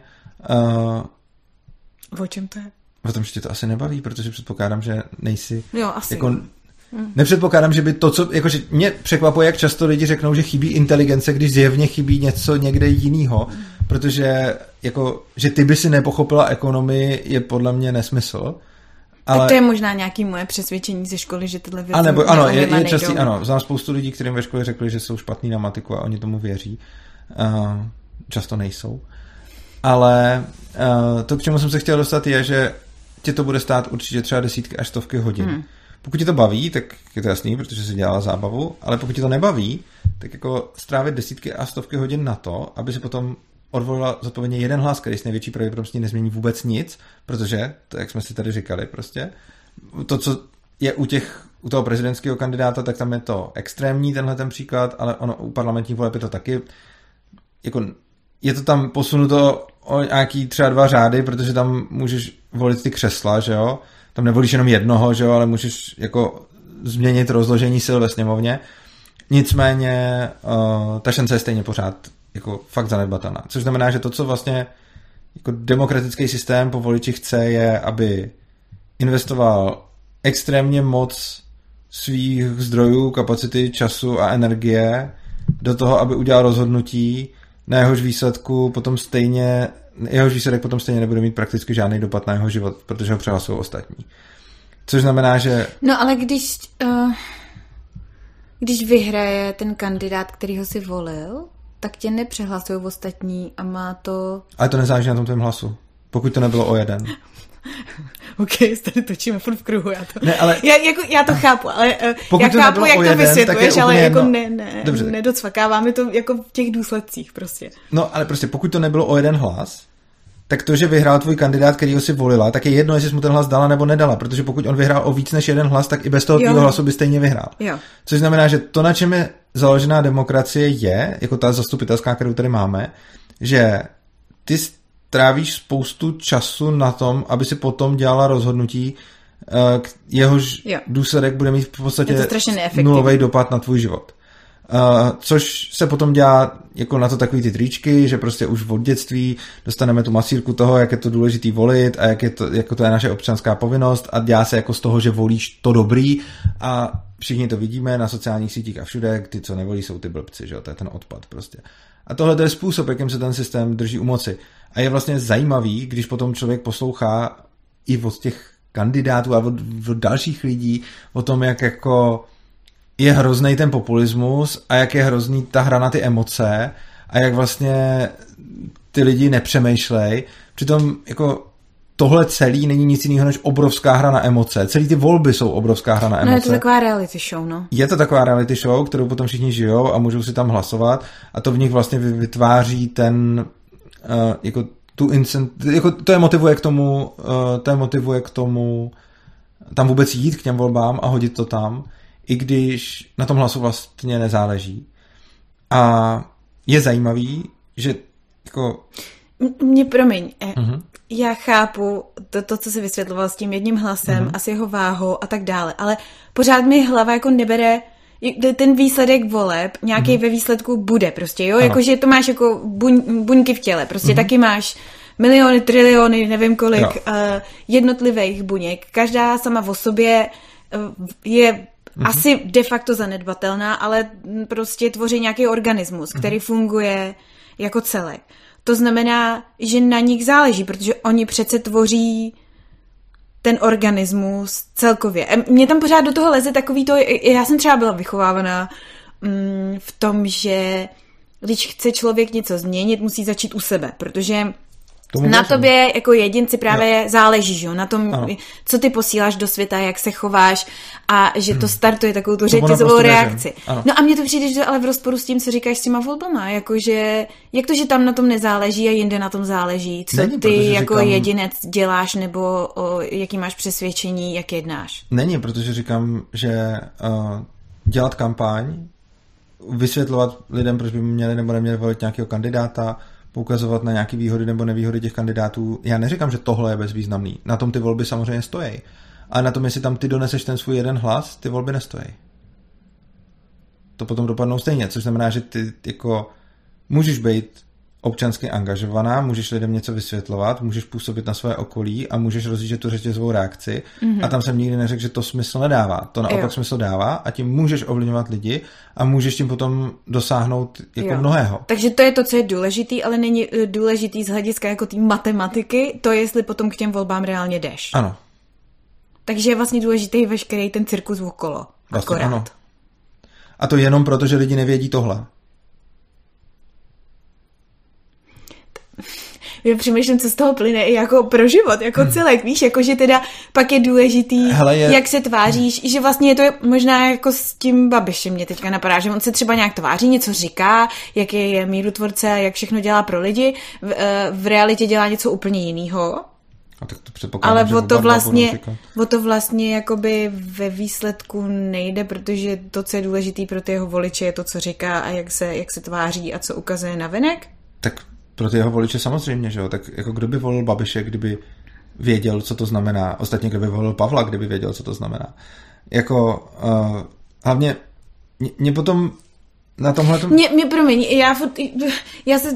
Uh, o čem to je? O tom, že tě to asi nebaví, protože předpokládám, že nejsi... Jo, asi. Jako, nepředpokládám, že by to, co... Jakože mě překvapuje, jak často lidi řeknou, že chybí inteligence, když zjevně chybí něco někde jinýho, protože jako, že ty by si nepochopila ekonomii, je podle mě nesmysl. Ale... Tak to je možná nějaký moje přesvědčení ze školy, že tyhle věci... A nebo, ano, je, je častý, ano, znám spoustu lidí, kterým ve škole řekli, že jsou špatný na matiku a oni tomu věří. Uh, často nejsou. Ale uh, to, k čemu jsem se chtěl dostat, je, že tě to bude stát určitě třeba desítky až stovky hodin. Hmm. Pokud tě to baví, tak je to jasný, protože si dělala zábavu, ale pokud tě to nebaví, tak jako strávit desítky a stovky hodin na to, aby si potom odvolila zodpovědně jeden hlas, který s největší pravděpodobností nezmění vůbec nic, protože, to, jak jsme si tady říkali, prostě, to, co je u těch, u toho prezidentského kandidáta, tak tam je to extrémní, tenhle ten příklad, ale ono u parlamentních voleb je to taky, jako, je to tam posunuto o nějaký třeba dva řády, protože tam můžeš volit ty křesla, že jo, tam nevolíš jenom jednoho, že jo, ale můžeš jako změnit rozložení sil ve sněmovně. Nicméně uh, ta šance je stejně pořád jako fakt zanedbatelná. Což znamená, že to, co vlastně jako demokratický systém po voliči chce, je, aby investoval extrémně moc svých zdrojů, kapacity, času a energie do toho, aby udělal rozhodnutí, na jehož výsledku potom stejně, jehož výsledek potom stejně nebude mít prakticky žádný dopad na jeho život, protože ho přehlasují ostatní. Což znamená, že... No ale když, uh, když vyhraje ten kandidát, který ho si volil, tak tě nepřehlasují ostatní a má to... Ale to nezáleží na tom tvém hlasu. Pokud to nebylo o jeden. OK, tady točíme furt v kruhu, já to, ne, ale, já, jako, já to chápu, ale uh, já chápu, jak to jeden, vysvětluješ, ale jako ne, ne, nedocvakává mi to jako v těch důsledcích prostě. No, ale prostě pokud to nebylo o jeden hlas, tak to, že vyhrál tvůj kandidát, který ho si volila, tak je jedno, jestli jsi mu ten hlas dala nebo nedala, protože pokud on vyhrál o víc než jeden hlas, tak i bez toho tvýho hlasu by stejně vyhrál. Jo. Což znamená, že to, na čem je založená demokracie, je, jako ta zastupitelská, kterou tady máme, že ty trávíš spoustu času na tom, aby si potom dělala rozhodnutí, jehož jo. důsledek bude mít v podstatě nulový dopad na tvůj život. Uh, což se potom dělá jako na to takový ty tričky, že prostě už od dětství dostaneme tu masírku toho, jak je to důležitý volit a jak je to, jako to je naše občanská povinnost a dělá se jako z toho, že volíš to dobrý a všichni to vidíme na sociálních sítích a všude, ty, co nevolí, jsou ty blbci, že jo, to je ten odpad prostě. A tohle to je způsob, jakým se ten systém drží u moci. A je vlastně zajímavý, když potom člověk poslouchá i od těch kandidátů a od, od dalších lidí o tom, jak jako je hrozný ten populismus a jak je hrozný ta hra na ty emoce a jak vlastně ty lidi nepřemýšlej. Přitom jako tohle celý není nic jiného než obrovská hra na emoce. Celý ty volby jsou obrovská hra na emoce. No je to taková reality show, no. Je to taková reality show, kterou potom všichni žijou a můžou si tam hlasovat a to v nich vlastně vytváří ten uh, jako tu incent, jako to je motivuje k tomu, uh, to je motivuje k tomu tam vůbec jít k těm volbám a hodit to tam, i když na tom hlasu vlastně nezáleží. A je zajímavý, že jako... Mě promiň, uh-huh. já chápu to, to, co se vysvětloval s tím jedním hlasem uh-huh. a s jeho váhou a tak dále, ale pořád mi hlava jako nebere ten výsledek voleb, nějaký uh-huh. ve výsledku bude prostě, jo, jakože to máš jako buň, buňky v těle, prostě uh-huh. taky máš miliony, triliony, nevím kolik uh, jednotlivých buněk, každá sama o sobě uh, je mm-hmm. asi de facto zanedbatelná, ale prostě tvoří nějaký organismus, který mm-hmm. funguje jako celek. To znamená, že na nich záleží, protože oni přece tvoří ten organismus celkově. Mně tam pořád do toho leze takový to, já jsem třeba byla vychovávaná mm, v tom, že když chce člověk něco změnit, musí začít u sebe, protože Tomu na můžem. Tobě jako jedinci právě jo. záleží, že jo? Na tom, ano. co ty posíláš do světa, jak se chováš a že to startuje takovou tu řetězovou reakci. No a mně to přijde, že ale v rozporu s tím, co říkáš s těma volbama, jakože, jak to, že tam na tom nezáleží a jinde na tom záleží, co Není, ty jako říkám... jedinec děláš nebo o, jaký máš přesvědčení, jak jednáš. Není, protože říkám, že uh, dělat kampaň, vysvětlovat lidem, proč by měli nebo neměli volit nějakého kandidáta, poukazovat na nějaké výhody nebo nevýhody těch kandidátů. Já neříkám, že tohle je bezvýznamný. Na tom ty volby samozřejmě stojí. A na tom, jestli tam ty doneseš ten svůj jeden hlas, ty volby nestojí. To potom dopadnou stejně, což znamená, že ty jako můžeš být občansky angažovaná, můžeš lidem něco vysvětlovat, můžeš působit na své okolí a můžeš rozjíždět tu řetězovou reakci. Mm-hmm. A tam jsem nikdy neřekl, že to smysl nedává. To naopak jo. smysl dává a tím můžeš ovlivňovat lidi a můžeš tím potom dosáhnout jako jo. mnohého. Takže to je to, co je důležitý, ale není důležitý z hlediska jako té matematiky, to jestli potom k těm volbám reálně jdeš. Ano. Takže je vlastně důležitý veškerý ten cirkus okolo. Vlastně akorát. Ano. A to jenom proto, že lidi nevědí tohle. já přemýšlím, co z toho plyne i jako pro život, jako hmm. celek, víš, jako že teda pak je důležitý, Hele, je... jak se tváříš, že vlastně je to možná jako s tím Babišem mě teďka napadá, že on se třeba nějak tváří, něco říká, jak je, je mírotvorce, jak všechno dělá pro lidi, v, v realitě dělá něco úplně jiného. A tak to předpokládám, ale že o to vlastně, o to vlastně jakoby ve výsledku nejde, protože to, co je důležitý pro ty jeho voliče, je to, co říká a jak se, jak se tváří a co ukazuje navenek. Tak pro ty jeho voliče samozřejmě, že jo, tak jako kdo by volil Babiše, kdyby věděl, co to znamená, ostatně kdo by volil Pavla, kdyby věděl, co to znamená. Jako uh, hlavně mě potom na tomhle tom... Mě, mě promiň, já, já, se,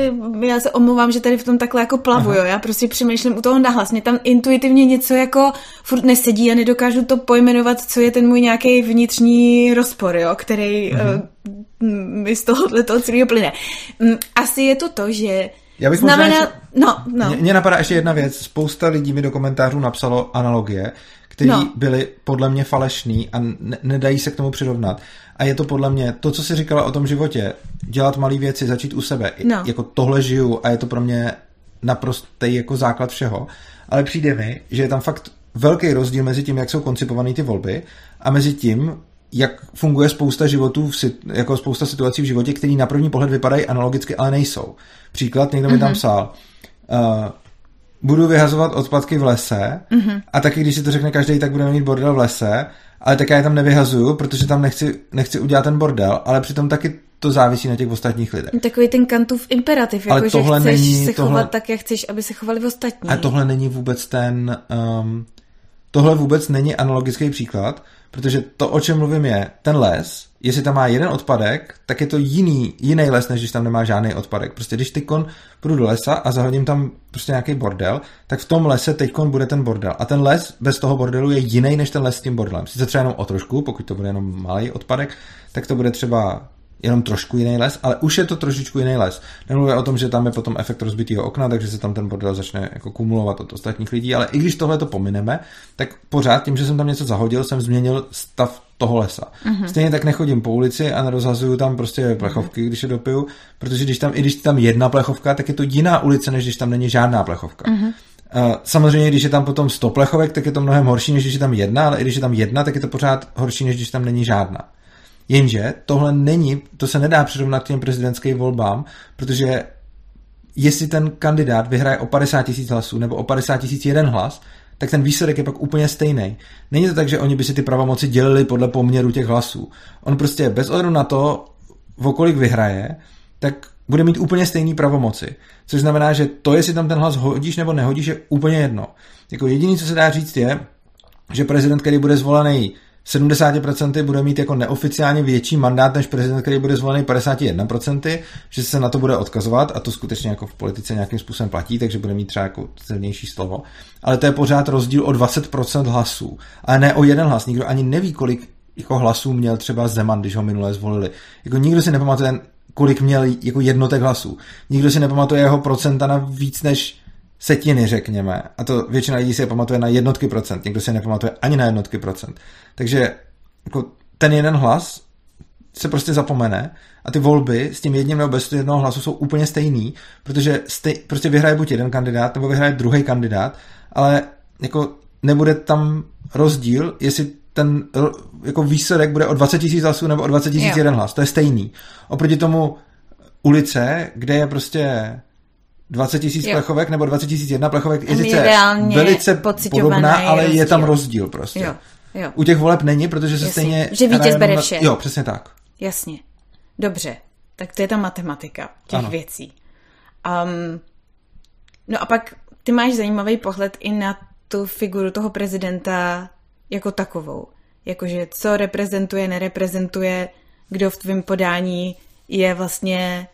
já se omlouvám, že tady v tom takhle jako plavu, jo. Já prostě přemýšlím u toho nahlas. Mě tam intuitivně něco jako furt nesedí a nedokážu to pojmenovat, co je ten můj nějaký vnitřní rozpor, jo, který uh-huh. uh, mi z tohohle toho celého plyne. Asi je to to, že já bych znamená... Možná, no, no. Mě, mě napadá ještě jedna věc. Spousta lidí mi do komentářů napsalo analogie, které no. byly podle mě falešný a ne, nedají se k tomu přirovnat. A je to podle mě to, co jsi říkala o tom životě, dělat malé věci, začít u sebe. No. Jako tohle žiju a je to pro mě naprostý jako základ všeho. Ale přijde mi, že je tam fakt velký rozdíl mezi tím, jak jsou koncipované ty volby a mezi tím, jak funguje spousta životů, v, jako spousta situací v životě, které na první pohled vypadají analogicky, ale nejsou. Příklad, někdo mi mm-hmm. tam psal, uh, budu vyhazovat odpadky v lese mm-hmm. a taky, když si to řekne každý, tak budeme mít bordel v lese, ale tak já je tam nevyhazuju, protože tam nechci, nechci udělat ten bordel, ale přitom taky to závisí na těch ostatních lidech. Takový ten Kantův imperativ, jako že chceš není, se tohle, chovat tak, jak chceš, aby se chovali ostatní. A tohle není vůbec ten... Um, tohle vůbec není analogický příklad, protože to, o čem mluvím, je ten les, jestli tam má jeden odpadek, tak je to jiný, jiný les, než když tam nemá žádný odpadek. Prostě když tykon půjdu do lesa a zahodím tam prostě nějaký bordel, tak v tom lese tykon bude ten bordel. A ten les bez toho bordelu je jiný než ten les s tím bordelem. Sice třeba jenom o trošku, pokud to bude jenom malý odpadek, tak to bude třeba jenom trošku jiný les, ale už je to trošičku jiný les. Nemluvím o tom, že tam je potom efekt rozbitého okna, takže se tam ten bordel začne jako kumulovat od ostatních lidí, ale i když tohle to pomineme, tak pořád tím, že jsem tam něco zahodil, jsem změnil stav toho lesa. Uh-huh. Stejně tak nechodím po ulici a nerozhazuju tam prostě plechovky, uh-huh. když je dopiju, protože když tam, i když tam jedna plechovka, tak je to jiná ulice, než když tam není žádná plechovka. Uh-huh. Uh, samozřejmě, když je tam potom sto plechovek, tak je to mnohem horší, než když je tam jedna, ale i když je tam jedna, tak je to pořád horší, než když tam není žádná. Jenže tohle není, to se nedá přirovnat k těm prezidentským volbám, protože jestli ten kandidát vyhraje o padesát tisíc hlasů nebo o padesát tisíc jeden hlas, tak ten výsledek je pak úplně stejný. Není to tak, že oni by si ty pravomoci dělili podle poměru těch hlasů. On prostě bez ohledu na to, o kolik vyhraje, tak bude mít úplně stejný pravomoci. Což znamená, že to, jestli tam ten hlas hodíš nebo nehodíš, je úplně jedno. Jako jediné, co se dá říct, je, že prezident, který bude zvolený sedmdesát procent bude mít jako neoficiálně větší mandát než prezident, který bude zvolený padesát jedna procent, že se na to bude odkazovat a to skutečně jako v politice nějakým způsobem platí, takže bude mít třeba jako silnější slovo. Ale to je pořád rozdíl o dvacet procent hlasů, ale ne o jeden hlas. Nikdo ani neví, kolik jako hlasů měl třeba Zeman, když ho minule zvolili. Jako nikdo si nepamatuje, kolik měl jako jednotek hlasů. Nikdo si nepamatuje jeho procenta na víc než setiny, řekněme. A to většina lidí si je pamatuje na jednotky procent. Někdo si nepamatuje ani na jednotky procent. Takže jako ten jeden hlas se prostě zapomene a ty volby s tím jedním nebo bez jednoho hlasu jsou úplně stejný, protože stej, prostě vyhraje buď jeden kandidát, nebo vyhraje druhý kandidát, ale jako nebude tam rozdíl, jestli ten jako výsledek bude o dvacet tisíc hlasů nebo o dvacet tisíc jeden hlas. To je stejný. Oproti tomu ulice, kde je prostě dvacet tisíc plechovek nebo dvacet tisíc jedna plechovek, je sice velice podobná, ale rozdíl. Je tam rozdíl prostě. Jo, jo. U těch voleb není, protože se Jasně. stejně... Že vítěz bere vše. Jo, přesně tak. Jasně. Dobře. Tak to je ta matematika těch ano. věcí. Um, no a pak ty máš zajímavý pohled i na tu figuru toho prezidenta jako takovou. Jakože co reprezentuje, nereprezentuje, kdo v tvém podání je vlastně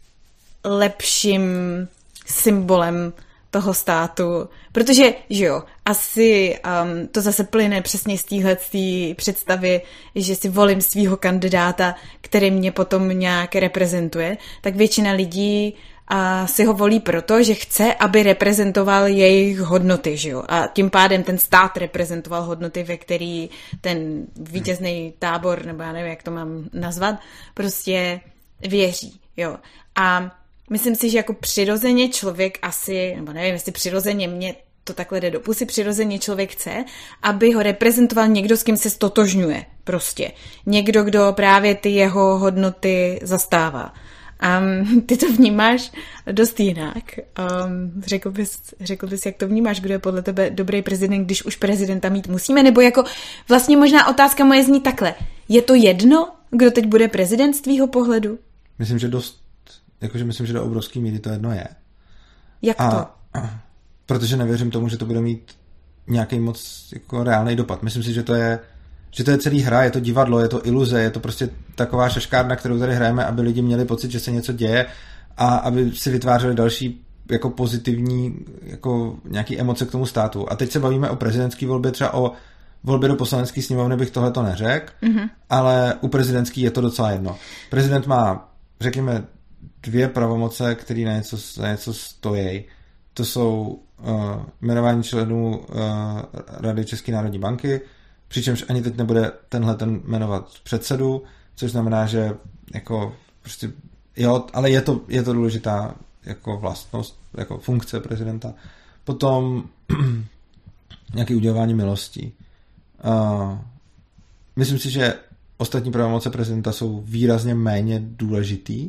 lepším symbolem toho státu, protože, že jo, asi um, to zase plyne přesně z téhletý představy, že si volím svýho kandidáta, který mě potom nějak reprezentuje, tak většina lidí a si ho volí proto, že chce, aby reprezentoval jejich hodnoty, že jo, a tím pádem ten stát reprezentoval hodnoty, ve který ten vítězný tábor, nebo já nevím, jak to mám nazvat, prostě věří, jo. A myslím si, že jako přirozeně člověk asi, nebo nevím, jestli přirozeně mě to takhle jde do pusy, přirozeně člověk chce, aby ho reprezentoval někdo, s kým se stotožňuje prostě. Někdo, kdo právě ty jeho hodnoty zastává. Um, ty to vnímáš dost jinak. Um, řekl, bys, řekl bys, jak to vnímáš, kdo je podle tebe dobrý prezident, když už prezidenta mít musíme? Nebo jako vlastně možná otázka moje zní takhle. Je to jedno, kdo teď bude prezident z tvýho pohledu? Myslím, že dost, jakože myslím, že do obrovský míry to jedno je. Jak a, to? A, protože nevěřím tomu, že to bude mít nějaký moc jako reálný dopad. Myslím si, že to je že to je celý hra, je to divadlo, je to iluze, je to prostě taková šaškárna, kterou tady hrajeme, aby lidi měli pocit, že se něco děje a aby si vytvářeli další jako pozitivní jako nějaký emoce k tomu státu. A teď se bavíme o prezidentské volbě, třeba o volbě do poslanecké sněmovny bych tohle to neřekl, mm-hmm. ale u prezidentský je to docela jedno. Prezident má, řekněme, dvě pravomoce, které na něco, na něco stojí. To jsou uh, jmenování členů uh, Rady České národní banky, přičemž ani teď nebude tenhle ten jmenovat předsedu, což znamená, že jako prostě, jo, ale je to, je to důležitá jako vlastnost, jako funkce prezidenta. Potom nějaké udělování milostí. Uh, myslím si, že ostatní pravomoce prezidenta jsou výrazně méně důležitý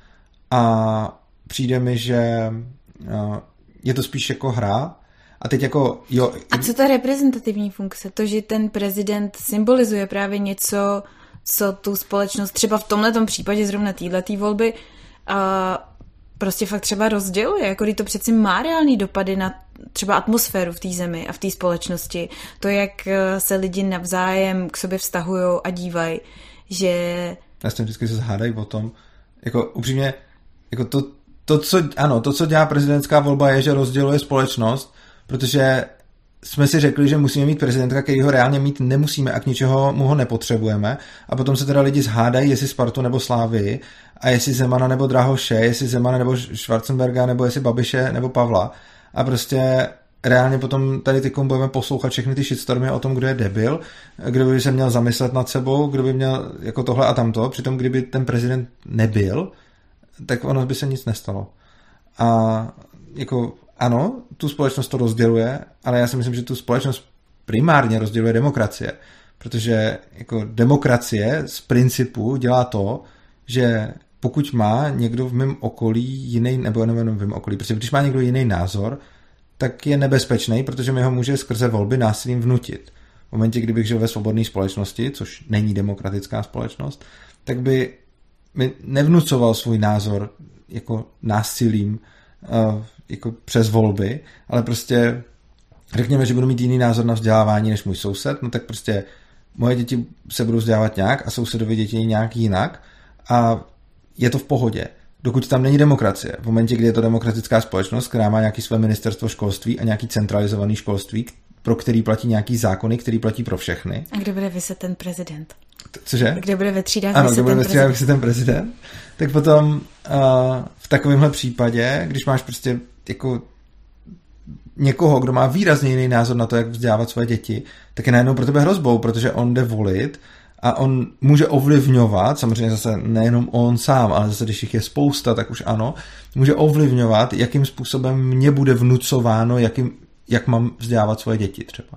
a přijde mi, že uh, je to spíš jako hra. A teď jako, jo... A co ta reprezentativní funkce? To, že ten prezident symbolizuje právě něco, co tu společnost třeba v tomhletom případě zrovna téhletý volby a prostě fakt třeba rozděluje, jako když to přeci má reálný dopady na třeba atmosféru v té zemi a v té společnosti. To, jak se lidi navzájem k sobě vztahují a dívají, že... Já s tím vždycky se zhádají o tom, jako upřímně, jako to, to, co, ano, to, co dělá prezidentská volba, je, že rozděluje společnost, protože jsme si řekli, že musíme mít prezidenta, který ho reálně mít nemusíme a k ničeho mu ho nepotřebujeme. A potom se teda lidi zhádají, jestli Spartu nebo Slávii a jestli Zemana nebo Drahoše, jestli Zemana nebo Schwarzenberga, nebo jestli Babiše nebo Pavla. A prostě reálně potom tady tykom budeme poslouchat všechny ty shitstormy o tom, kdo je debil, kdo by se měl zamyslet nad sebou, kdo by měl jako tohle a tamto. Přitom kdyby ten prezident nebyl, tak ono by se nic nestalo. A jako ano, tu společnost to rozděluje, ale já si myslím, že tu společnost primárně rozděluje demokracie, protože jako demokracie z principu dělá to, že pokud má někdo v mém okolí jiný, nebo nejenom v mém okolí, protože když má někdo jiný názor, tak je nebezpečný, protože mi ho může skrze volby násilím vnutit. V momentě, kdybych žil ve svobodné společnosti, což není demokratická společnost, tak by mi nevnucoval svůj názor jako násilím, jako přes volby, ale prostě řekněme, že budu mít jiný názor na vzdělávání než můj soused, no tak prostě moje děti se budou vzdělávat nějak a sousedovi děti nějak jinak a je to v pohodě. Dokud tam není demokracie. V momentě, kdy je to demokratická společnost, která má nějaký své ministerstvo školství a nějaký centralizovaný školství, pro který platí nějaký zákony, který platí pro všechny. A kde bude vyset ten prezident? Cože? Kde bude ve třídách ano, vyset kde bude ten ve třídách prezident? vyset ten prezident? Tak potom uh, v takovémhle případě, když máš prostě jako někoho, kdo má výrazně jiný názor na to, jak vzdělávat své děti, tak je najednou pro tebe hrozbou, protože on jde volit a on může ovlivňovat, samozřejmě zase nejenom on sám, ale zase když jich je spousta, tak už ano, může ovlivňovat, jakým způsobem mě bude vnucováno, jakým, jak mám vzdělávat svoje děti třeba.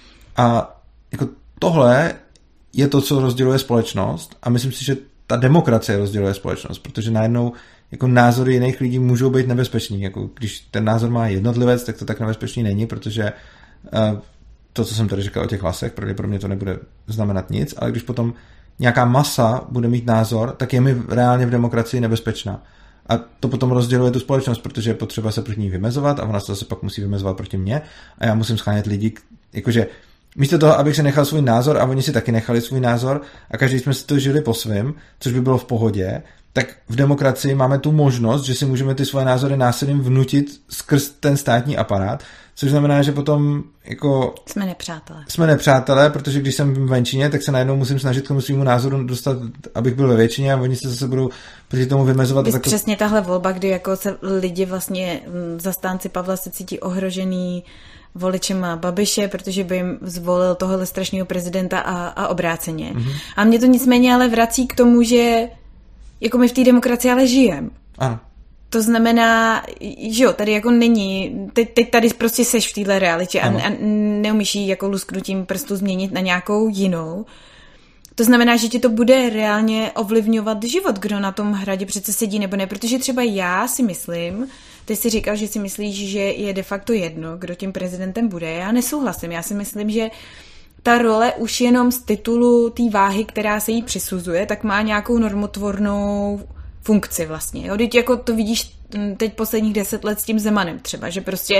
A jako tohle je to, co rozděluje společnost a myslím si, že ta demokracie rozděluje společnost, protože najednou jako názory jiných lidí můžou být nebezpečný. Jako když ten názor má jednotlivec, tak to tak nebezpečný není, protože uh, to, co jsem tady říkal o těch hlasech, pravděpodobně to nebude znamenat nic, ale když potom nějaká masa bude mít názor, tak je mi reálně v demokracii nebezpečná. A to potom rozděluje tu společnost, protože je potřeba se proti ní vymezovat a ona se zase pak musí vymezovat proti mně a já musím schánět lidi, jakože místo toho, abych si nechal svůj názor a oni si taky nechali svůj názor a každý jsme si to žili po svém, což by bylo v pohodě, tak v demokracii máme tu možnost, že si můžeme ty svoje názory násilím vnutit skrz ten státní aparát, což znamená, že potom jako... Jsme nepřátelé. Jsme nepřátelé, protože když jsem v menšině, tak se najednou musím snažit k tomu svýmu názoru dostat, abych byl ve většině a oni se zase budou proti tomu vymezovat. Tak to... Přesně tahle volba, kdy jako se lidi vlastně, zastánci Pavla se cítí ohrožený voličema Babiše, protože by jim zvolil tohle strašného prezidenta a, a obráceně. Mm-hmm. A mě to nicméně ale vrací k tomu, že jako my v té demokracii ale žijeme. Ano. To znamená, že jo, tady jako není, teď, teď tady prostě seš v téhle realitě a, a neumíš ji jako lusknutím prstu změnit na nějakou jinou. To znamená, že ti to bude reálně ovlivňovat život, kdo na tom hradě přece sedí nebo ne, protože třeba já si myslím, ty jsi říkal, že si myslíš, že je de facto jedno, kdo tím prezidentem bude. Já nesouhlasím, já si myslím, že ta role už jenom z titulu té váhy, která se jí přisuzuje, tak má nějakou normotvornou funkci vlastně. Jo? Teď jako to vidíš teď posledních deset let s tím Zemanem třeba, že prostě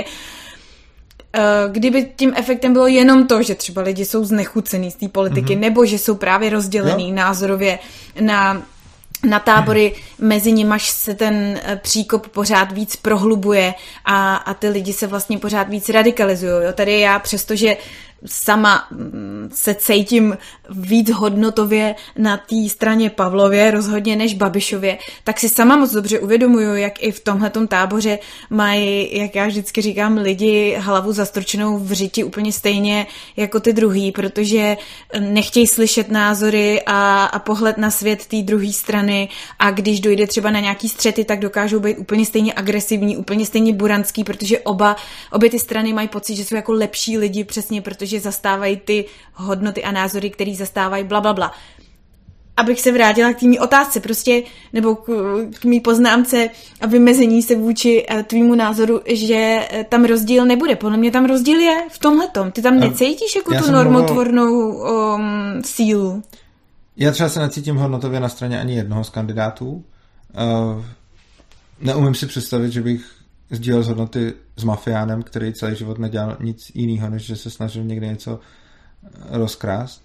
kdyby tím efektem bylo jenom to, že třeba lidi jsou znechucený z té politiky, mm-hmm. nebo že jsou právě rozdělený jo. názorově na, na tábory, mezi nimiž se ten příkop pořád víc prohlubuje a, a ty lidi se vlastně pořád víc radikalizují. Jo? Tady já, přestože sama se cítím víc hodnotově na té straně Pavlově, rozhodně než Babišově, tak si sama moc dobře uvědomuju, jak i v tomhletom táboře mají, jak já vždycky říkám, lidi hlavu zastrčenou v řiti úplně stejně jako ty druhý, protože nechtějí slyšet názory a, a pohled na svět té druhé strany a když dojde třeba na nějaký střety, tak dokážou být úplně stejně agresivní, úplně stejně buranský, protože oba, obě ty strany mají pocit, že jsou jako lepší lidi přesně, protože zastávají ty hodnoty a názory, které zastávají bla, bla, bla. Abych se vrátila k té mý otázce, prostě, nebo k, k mý poznámce a vymezení se vůči tvýmu názoru, že tam rozdíl nebude. Podle mě tam rozdíl je v tomhletom. Ty tam necítíš jako já tu normotvornou mluvil... um, sílu. Já třeba se necítím hodnotově na straně ani jednoho z kandidátů. Uh, neumím si představit, že bych sdílel z hodnoty s mafiánem, který celý život nedělal nic jiného, než že se snažil někde něco rozkrást.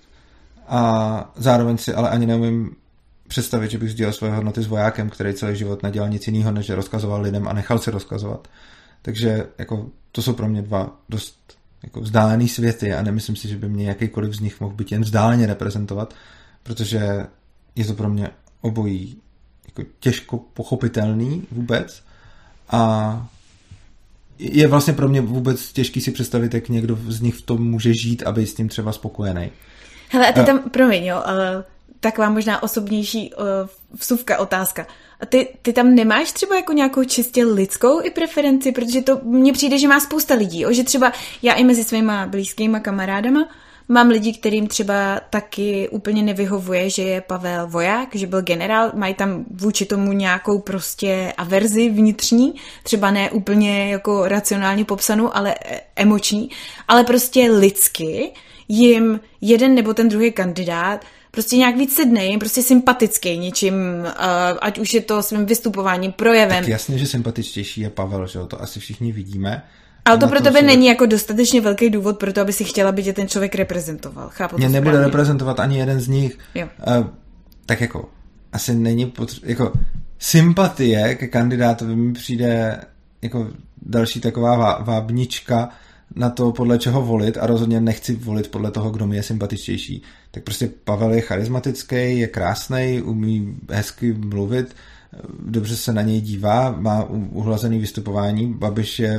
A zároveň si ale ani neumím představit, že bych sdílel svoje hodnoty s vojákem, který celý život nedělal nic jiného, než že rozkazoval lidem a nechal se rozkazovat. Takže jako, to jsou pro mě dva dost jako vzdálený světy a nemyslím si, že by mě jakýkoliv z nich mohl být jen vzdáleně reprezentovat, protože je to pro mě obojí jako těžko pochopitelný vůbec. A je vlastně pro mě vůbec těžký si představit, jak někdo z nich v tom může žít a být s tím třeba spokojený. Hele, a ty tam, promiň, jo, uh, taková možná osobnější uh, vsuvka, otázka. A ty, ty tam nemáš třeba jako nějakou čistě lidskou i preferenci, protože to mně přijde, že má spousta lidí, jo? Že třeba já i mezi svýma blízkýma kamarádama mám lidi, kterým třeba taky úplně nevyhovuje, že je Pavel voják, že byl generál, mají tam vůči tomu nějakou prostě averzi vnitřní, třeba ne úplně jako racionálně popsanou, ale emoční, ale prostě lidsky jim jeden nebo ten druhý kandidát prostě nějak víc sedne, jim prostě sympatický něčím, ať už je to svým vystupováním, projevem. Tak jasně, že sympatičtější je Pavel, že jo, to asi všichni vidíme. Ale to pro tebe se... není jako dostatečně velký důvod pro to, aby si chtěla, aby tě ten člověk reprezentoval. Chápu to Mě nebude správně. reprezentovat ani jeden z nich. Jo. Uh, tak jako, asi není potřeba, jako sympatie ke kandidátovi mi přijde jako další taková vábnička na to, podle čeho volit a rozhodně nechci volit podle toho, kdo mi je sympatičtější. Tak prostě Pavel je charismatický, je krásnej, umí hezky mluvit, dobře se na něj dívá, má uhlazený vystupování, Babiš je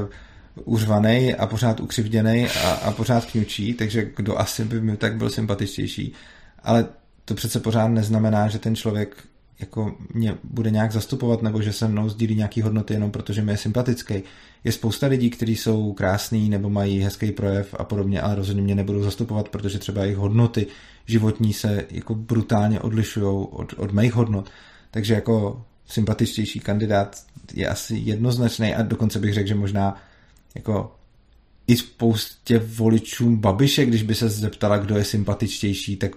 uřvanej a pořád ukřivděnej a, a pořád kňučí, takže kdo asi by mi tak byl sympatičtější. Ale to přece pořád neznamená, že ten člověk jako mě bude nějak zastupovat nebo že se mnou sdílí nějaký hodnoty jenom protože mi je sympatický. Je spousta lidí, kteří jsou krásní nebo mají hezký projev a podobně, ale rozhodně mě nebudou zastupovat, protože třeba jejich hodnoty životní se jako brutálně odlišují od, od mých hodnot. Takže jako sympatičtější kandidát je asi jednoznačný a dokonce bych řekl, že možná jako i spoustě voličům Babiše, když by se zeptala, kdo je sympatičtější, tak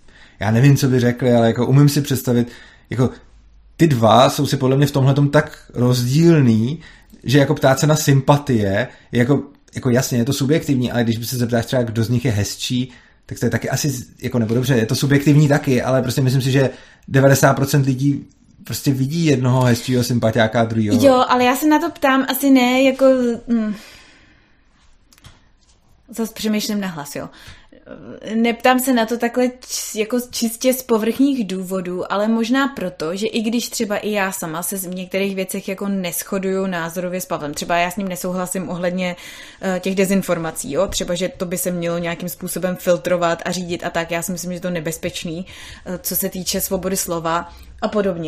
já nevím, co by řekli, ale jako umím si představit, jako ty dva jsou si podle mě v tomhletom tak rozdílný, že jako ptát se na sympatie, jako, jako jasně, je to subjektivní, ale když by se zeptáš třeba, kdo z nich je hezčí, tak to je taky asi, jako nebo dobře, je to subjektivní taky, ale prostě myslím si, že devadesát procent lidí prostě vidí jednoho hezčího sympatiáka a druhýho. Jo, ale já se na to ptám asi ne, jako... Hm. Zase přemýšlím nahlas, jo. Neptám se na to takhle jako čistě z povrchních důvodů, ale možná proto, že i když třeba i já sama se v některých věcech jako neshoduju názorově s Pavlem, třeba já s ním nesouhlasím ohledně uh, těch dezinformací, jo, třeba, že to by se mělo nějakým způsobem filtrovat a řídit a tak, já si myslím, že to je nebezpečný, uh, co se týče svobody slova a podobně,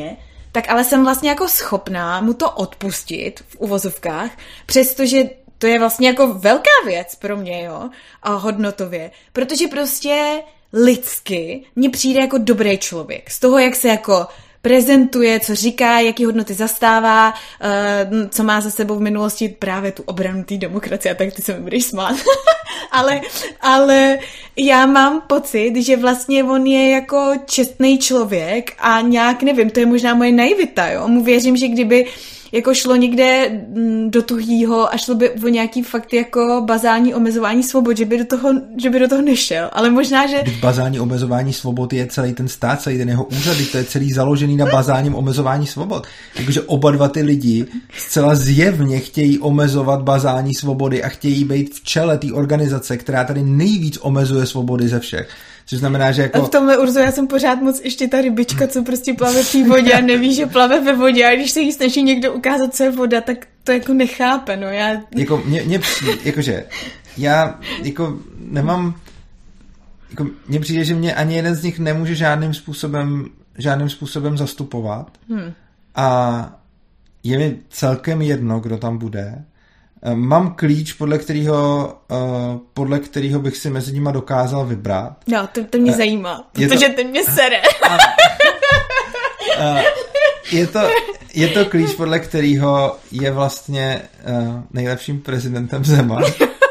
tak ale jsem vlastně jako schopná mu to odpustit v uvozovkách, přestože to je vlastně jako velká věc pro mě, jo, a hodnotově, protože prostě lidsky mně přijde jako dobrý člověk. Z toho, jak se jako prezentuje, co říká, jaký hodnoty zastává, uh, co má za sebou v minulosti právě tu obranu té demokracie, tak ty se mi budeš smát. ale, ale já mám pocit, že vlastně on je jako čestný člověk a nějak, nevím, to je možná moje naivita, jo. Mu věřím, že kdyby jako šlo někde do tuhýho a šlo by o nějaký fakt jako bazální omezování svobod, že by do toho, že by do toho nešel. Ale možná, že... Byť bazální omezování svobod je celý ten stát, celý ten jeho úřad, to je celý založený na bazálním omezování svobod. Takže oba dva ty lidi zcela zjevně chtějí omezovat bazální svobody a chtějí být v čele té organizace, která tady nejvíc omezuje svobody ze všech. Což znamená, že jako... V tomhle Urzo, já jsem pořád moc ještě ta rybička, co prostě plave v té vodě a neví, že plave ve vodě a když se jí snaží někdo ukázat, co je voda, tak to jako nechápe, no já... Jako mě, mě jakože, já jako nemám, jako mně přijde, že mě ani jeden z nich nemůže žádným způsobem, žádným způsobem zastupovat hmm. a je mi celkem jedno, kdo tam bude. Mám klíč, podle kterého, podle kterého bych si mezi nima dokázal vybrat. No, to, to mě zajímá, protože to... ten mě sere. A, a, je, to, je to klíč, podle kterého je vlastně nejlepším prezidentem Zeman.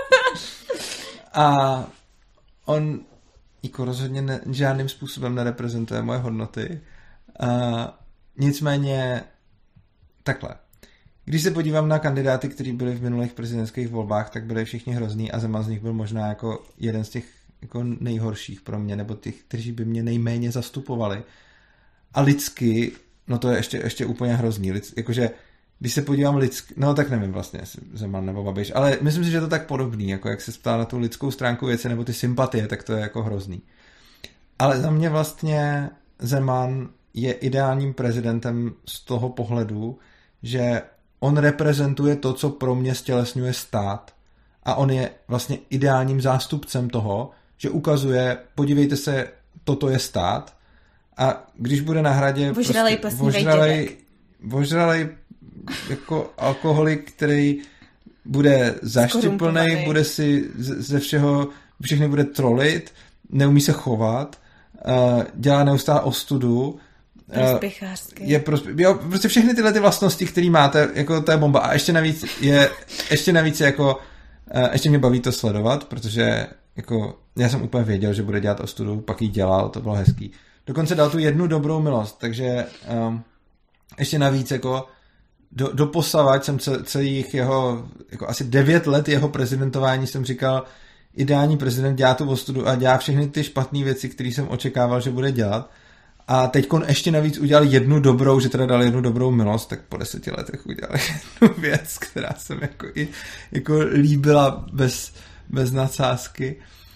A on jako rozhodně ne, žádným způsobem nereprezentuje moje hodnoty. A, nicméně takhle. Když se podívám na kandidáty, kteří byli v minulých prezidentských volbách, tak byli všichni hrozný a Zeman z nich byl možná jako jeden z těch jako nejhorších pro mě, nebo těch, kteří by mě nejméně zastupovali. A lidsky, no to je ještě, ještě úplně hrozný. Lids, jakože, když se podívám lidsky, no tak nevím vlastně, jestli Zeman nebo Babiš, ale myslím si, že je to tak podobný, jako jak se ptá na tu lidskou stránku věci, nebo ty sympatie, tak to je jako hrozný. Ale za mě vlastně Zeman je ideálním prezidentem z toho pohledu, že on reprezentuje to, co pro mě stělesňuje stát a on je vlastně ideálním zástupcem toho, že ukazuje, podívejte se, toto je stát a když bude na hradě vožralej prostě, vožralej, vožralej jako alkoholik, který bude zaštiplnej, bude si ze všeho, všechny bude trolit, neumí se chovat, dělá neustále ostudu, prospěchářský. Je prospě- jo, prostě všechny tyhle ty vlastnosti, které máte, jako to je bomba. A ještě navíc je, ještě navíc je jako, ještě mě baví to sledovat, protože jako já jsem úplně věděl, že bude dělat ostudu, pak ji dělal, to bylo hezký. Dokonce dal tu jednu dobrou milost, takže um, ještě navíc jako do, doposavať jsem celých jeho, jako asi devět let jeho prezidentování jsem říkal, ideální prezident dělá tu ostudu a dělá všechny ty špatné věci, které jsem očekával, že bude dělat. A teďkon ještě navíc udělal jednu dobrou, že teda dal jednu dobrou milost, tak po deseti letech udělal jednu věc, která se mi jako, i, jako líbila bez, bez nadsázky.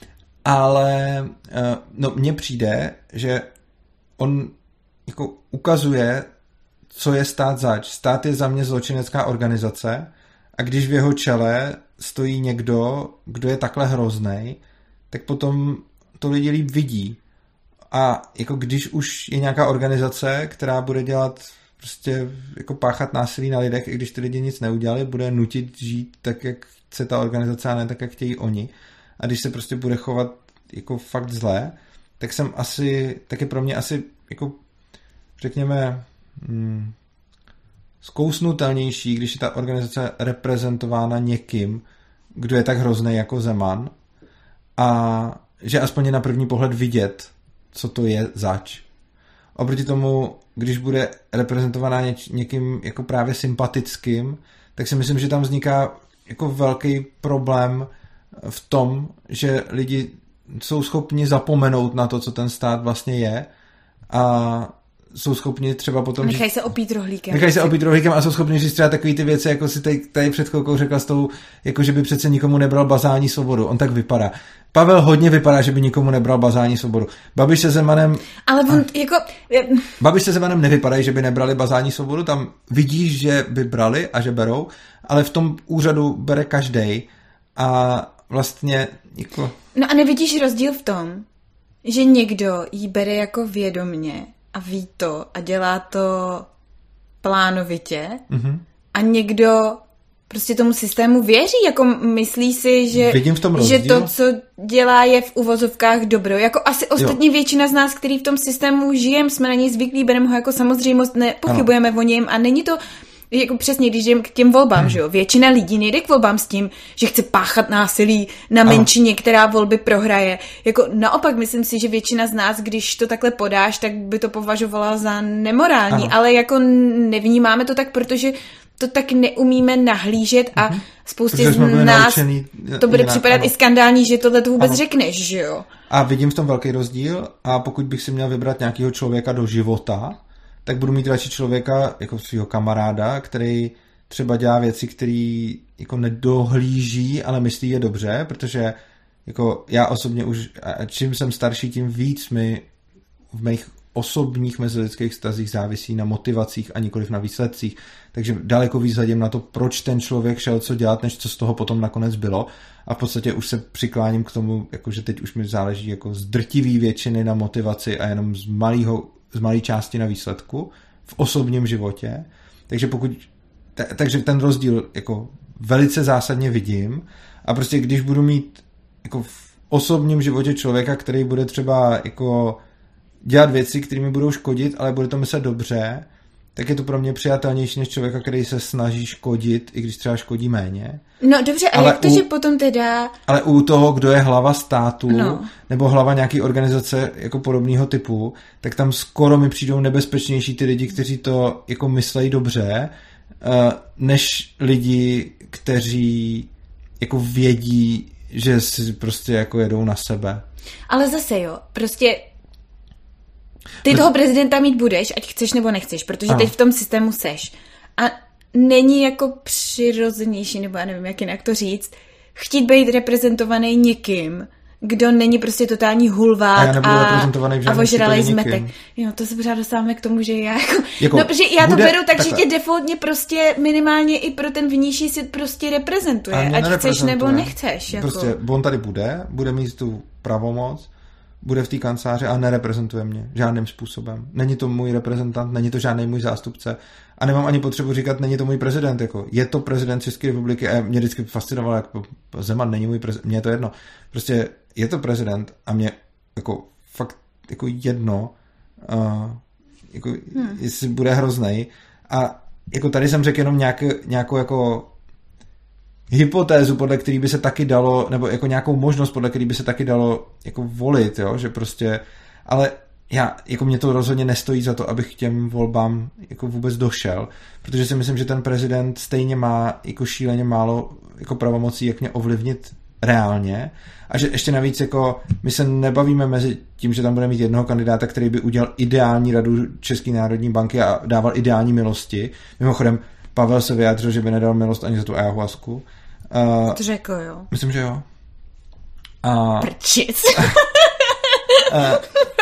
Ale no, mně přijde, že on jako ukazuje, co je stát zač. Stát je za mě zločinecká organizace a když v jeho čele stojí někdo, kdo je takhle hroznej, tak potom to lidi líp vidí. A jako když už je nějaká organizace, která bude dělat prostě jako páchat násilí na lidech, i když ty lidi nic neudělali, bude nutit žít tak, jak chce ta organizace a ne tak, jak chtějí oni. A když se prostě bude chovat jako fakt zlé, tak jsem asi, tak je pro mě asi jako řekněme hmm, zkousnutelnější, když je ta organizace reprezentována někým, kdo je tak hrozný jako Zeman a že aspoň je na první pohled vidět, co to je zač. Oproti tomu, když bude reprezentovaná něč, někým jako právě sympatickým, tak si myslím, že tam vzniká jako velký problém v tom, že lidi jsou schopni zapomenout na to, co ten stát vlastně je a jsou schopni třeba potom... Nechají se opít rohlíkem. Nechají se opít rohlíkem a jsou schopni říct třeba takový ty věci, jako si tady, tady před chvilkou řekla s tou, jako že by přece nikomu nebral bazální svobodu. On tak vypadá. Pavel hodně vypadá, že by nikomu nebral bazální svobodu. Babiš se Zemanem... Ale on a... jako... Babiš se Zemanem nevypadají, že by nebrali bazální svobodu. Tam vidíš, že by brali a že berou, ale v tom úřadu bere každej a vlastně jako... No a nevidíš rozdíl v tom, že někdo jí bere jako vědomně a ví to a dělá to plánovitě mm-hmm. a někdo prostě tomu systému věří, jako myslí si, že, Vidím v tom že to, co dělá, je v uvozovkách dobro. Jako asi ostatně jo. většina z nás, který v tom systému žijeme, jsme na něj zvyklí, bereme ho jako samozřejmost, nepochybujeme ano. o něm a není to jako přesně, když jdem k těm volbám, hmm. že jo. Většina lidí nejde k volbám s tím, že chce páchat násilí na menšině, ano. která volby prohraje. Jako naopak, myslím si, že většina z nás, když to takhle podáš, tak by to považovala za nemorální, ano. ale jako nevnímáme to tak, protože to tak neumíme nahlížet a mm-hmm. spoustě z nás to bude jinak, připadat ano. i skandální, že tohle to vůbec ano. řekneš, že jo. A vidím v tom velký rozdíl a pokud bych si měl vybrat nějakého člověka do života, tak budu mít radši člověka jako svého kamaráda, který třeba dělá věci, který jako nedohlíží, ale myslí je dobře, protože jako já osobně už, čím jsem starší, tím víc mi v mých osobních mezilidských vztazích závisí na motivacích a nikoliv na výsledcích. Takže daleko víc hledím na to, proč ten člověk šel co dělat, než co z toho potom nakonec bylo. A v podstatě už se přikláním k tomu, jako že teď už mi záleží jako z drtivý většiny na motivaci a jenom z malého, z malé části na výsledku v osobním životě. Takže pokud t- takže ten rozdíl jako velice zásadně vidím a prostě když budu mít jako v osobním životě člověka, který bude třeba jako dělat věci, kterými budou škodit, ale bude to myslet dobře, tak je to pro mě přijatelnější než člověka, který se snaží škodit, i když třeba škodí méně. No dobře, a ale jak to, u, že potom teda... Ale u toho, kdo je hlava státu, no. nebo hlava nějaký organizace jako podobného typu, tak tam skoro mi přijdou nebezpečnější ty lidi, kteří to jako myslejí dobře, než lidi, kteří jako vědí, že si prostě jako jedou na sebe. Ale zase jo, prostě ty toho prezidenta mít budeš, ať chceš nebo nechceš, protože ano. teď v tom systému seš. A není jako přirozenější, nebo já nevím, jak jinak to říct, chtít být reprezentovaný někým, kdo není prostě totální hulvát a, a, a ožralej zmetek. Jo, to se pořád dostáváme k tomu, že já jako... jako no, protože já to bude, beru tak, takhle. Že tě defaultně prostě minimálně i pro ten vnější svět prostě reprezentuje. Ať chceš nebo nechceš. Jako. Prostě on tady bude, bude mít tu pravomoc, bude v té kanceláři a nereprezentuje mě žádným způsobem. Není to můj reprezentant, není to žádný můj zástupce a nemám ani potřebu říkat, není to můj prezident. Jako. Je to prezident České republiky a mě vždycky fascinovalo, jako Zeman není můj prezident, mně je to jedno. Prostě je to prezident a mě jako fakt jako jedno, uh, jako, hmm. jestli bude hroznej. A jako tady jsem řekl jenom nějaký, nějakou jako hypotézu, podle který by se taky dalo, nebo jako nějakou možnost, podle který by se taky dalo jako volit, jo, že prostě, ale já, jako mě to rozhodně nestojí za to, abych k těm volbám jako vůbec došel, protože si myslím, že ten prezident stejně má jako šíleně málo jako pravomocí, jak mě ovlivnit reálně a že ještě navíc jako my se nebavíme mezi tím, že tam bude mít jednoho kandidáta, který by udělal ideální radu České národní banky a dával ideální milosti. Mimochodem Pavel se vyjádřil, že by nedal milost ani za tu ayahuasku. Uh, to řekl, jo. Myslím, že jo. Uh, Prčic. uh,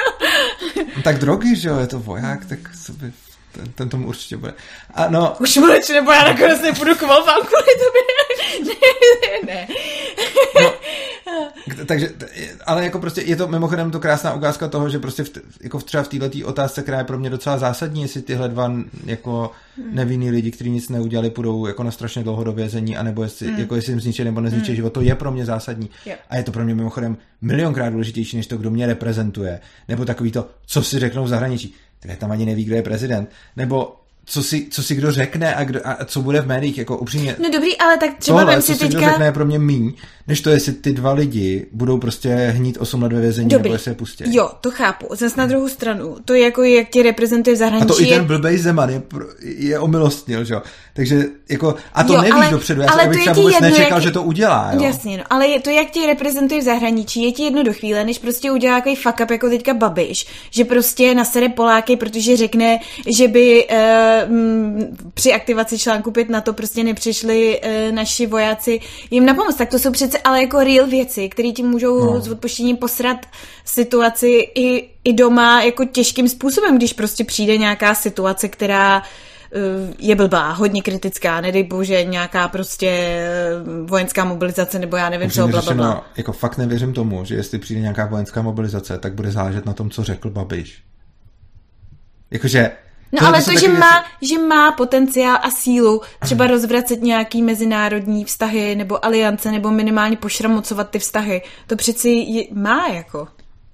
tak drogy, že jo, je to voják, tak by, ten, ten tomu určitě bude. A no, už mluč, nebo já nakonec nepůjdu k volbám kvůli tobě. ne, ne. No, takže, ale jako prostě je to mimochodem to krásná ukázka toho, že prostě v, jako třeba v této otázce, která je pro mě docela zásadní, jestli tyhle dva jako nevinný lidi, kteří nic neudělali, půjdou jako na strašně dlouho do vězení, anebo jestli, mm. jako jestli jim zničí nebo nezničí mm. život, to je pro mě zásadní. Yeah. A je to pro mě mimochodem milionkrát důležitější, než to, kdo mě reprezentuje. Nebo takový to, co si řeknou v zahraničí. Tak tam ani neví, kdo je prezident. Nebo co si, co si kdo řekne a, kdo, a co bude v médiích, jako upřímně. No dobrý, ale tak třeba tohle, si co teďka... si kdo řekne je pro mě míň, než to, jestli ty dva lidi budou prostě hnít osm let ve vězení, dobrý. Nebo jestli je pustí. Jo, to chápu. Zas na druhou stranu, to je jako, jak tě reprezentuje v zahraničí. A to i ten blbej Zeman je, je omilostnil, že jo. Takže jako, a to jo, nevíš ale, dopředu, já ale bych třeba vůbec jedno, nečekal, jak... že to udělá, jo. Jasně, no, ale je to, jak tě reprezentuje v zahraničí, je ti jedno do chvíle, než prostě udělá takový fuck up, jako teďka Babiš, že prostě nasere Poláky, protože řekne, že by uh, m, při aktivaci článku pět NATO prostě nepřišli uh, naši vojáci jim na pomoc. Tak to jsou přece ale jako real věci, které ti můžou no. s odpuštěním posrat situaci i, i doma jako těžkým způsobem, když prostě přijde nějaká situace, která uh, je blbá, hodně kritická, nedej bože nějaká prostě vojenská mobilizace, nebo já nevím, co blablabla. Jako fakt nevěřím tomu, že jestli přijde nějaká vojenská mobilizace, tak bude záležet na tom, co řekl Babiš. Jakože No to, ale to, to, že, má, že má potenciál a sílu třeba rozvracet nějaký mezinárodní vztahy nebo aliance nebo minimálně pošramocovat ty vztahy, to přeci je, má jako.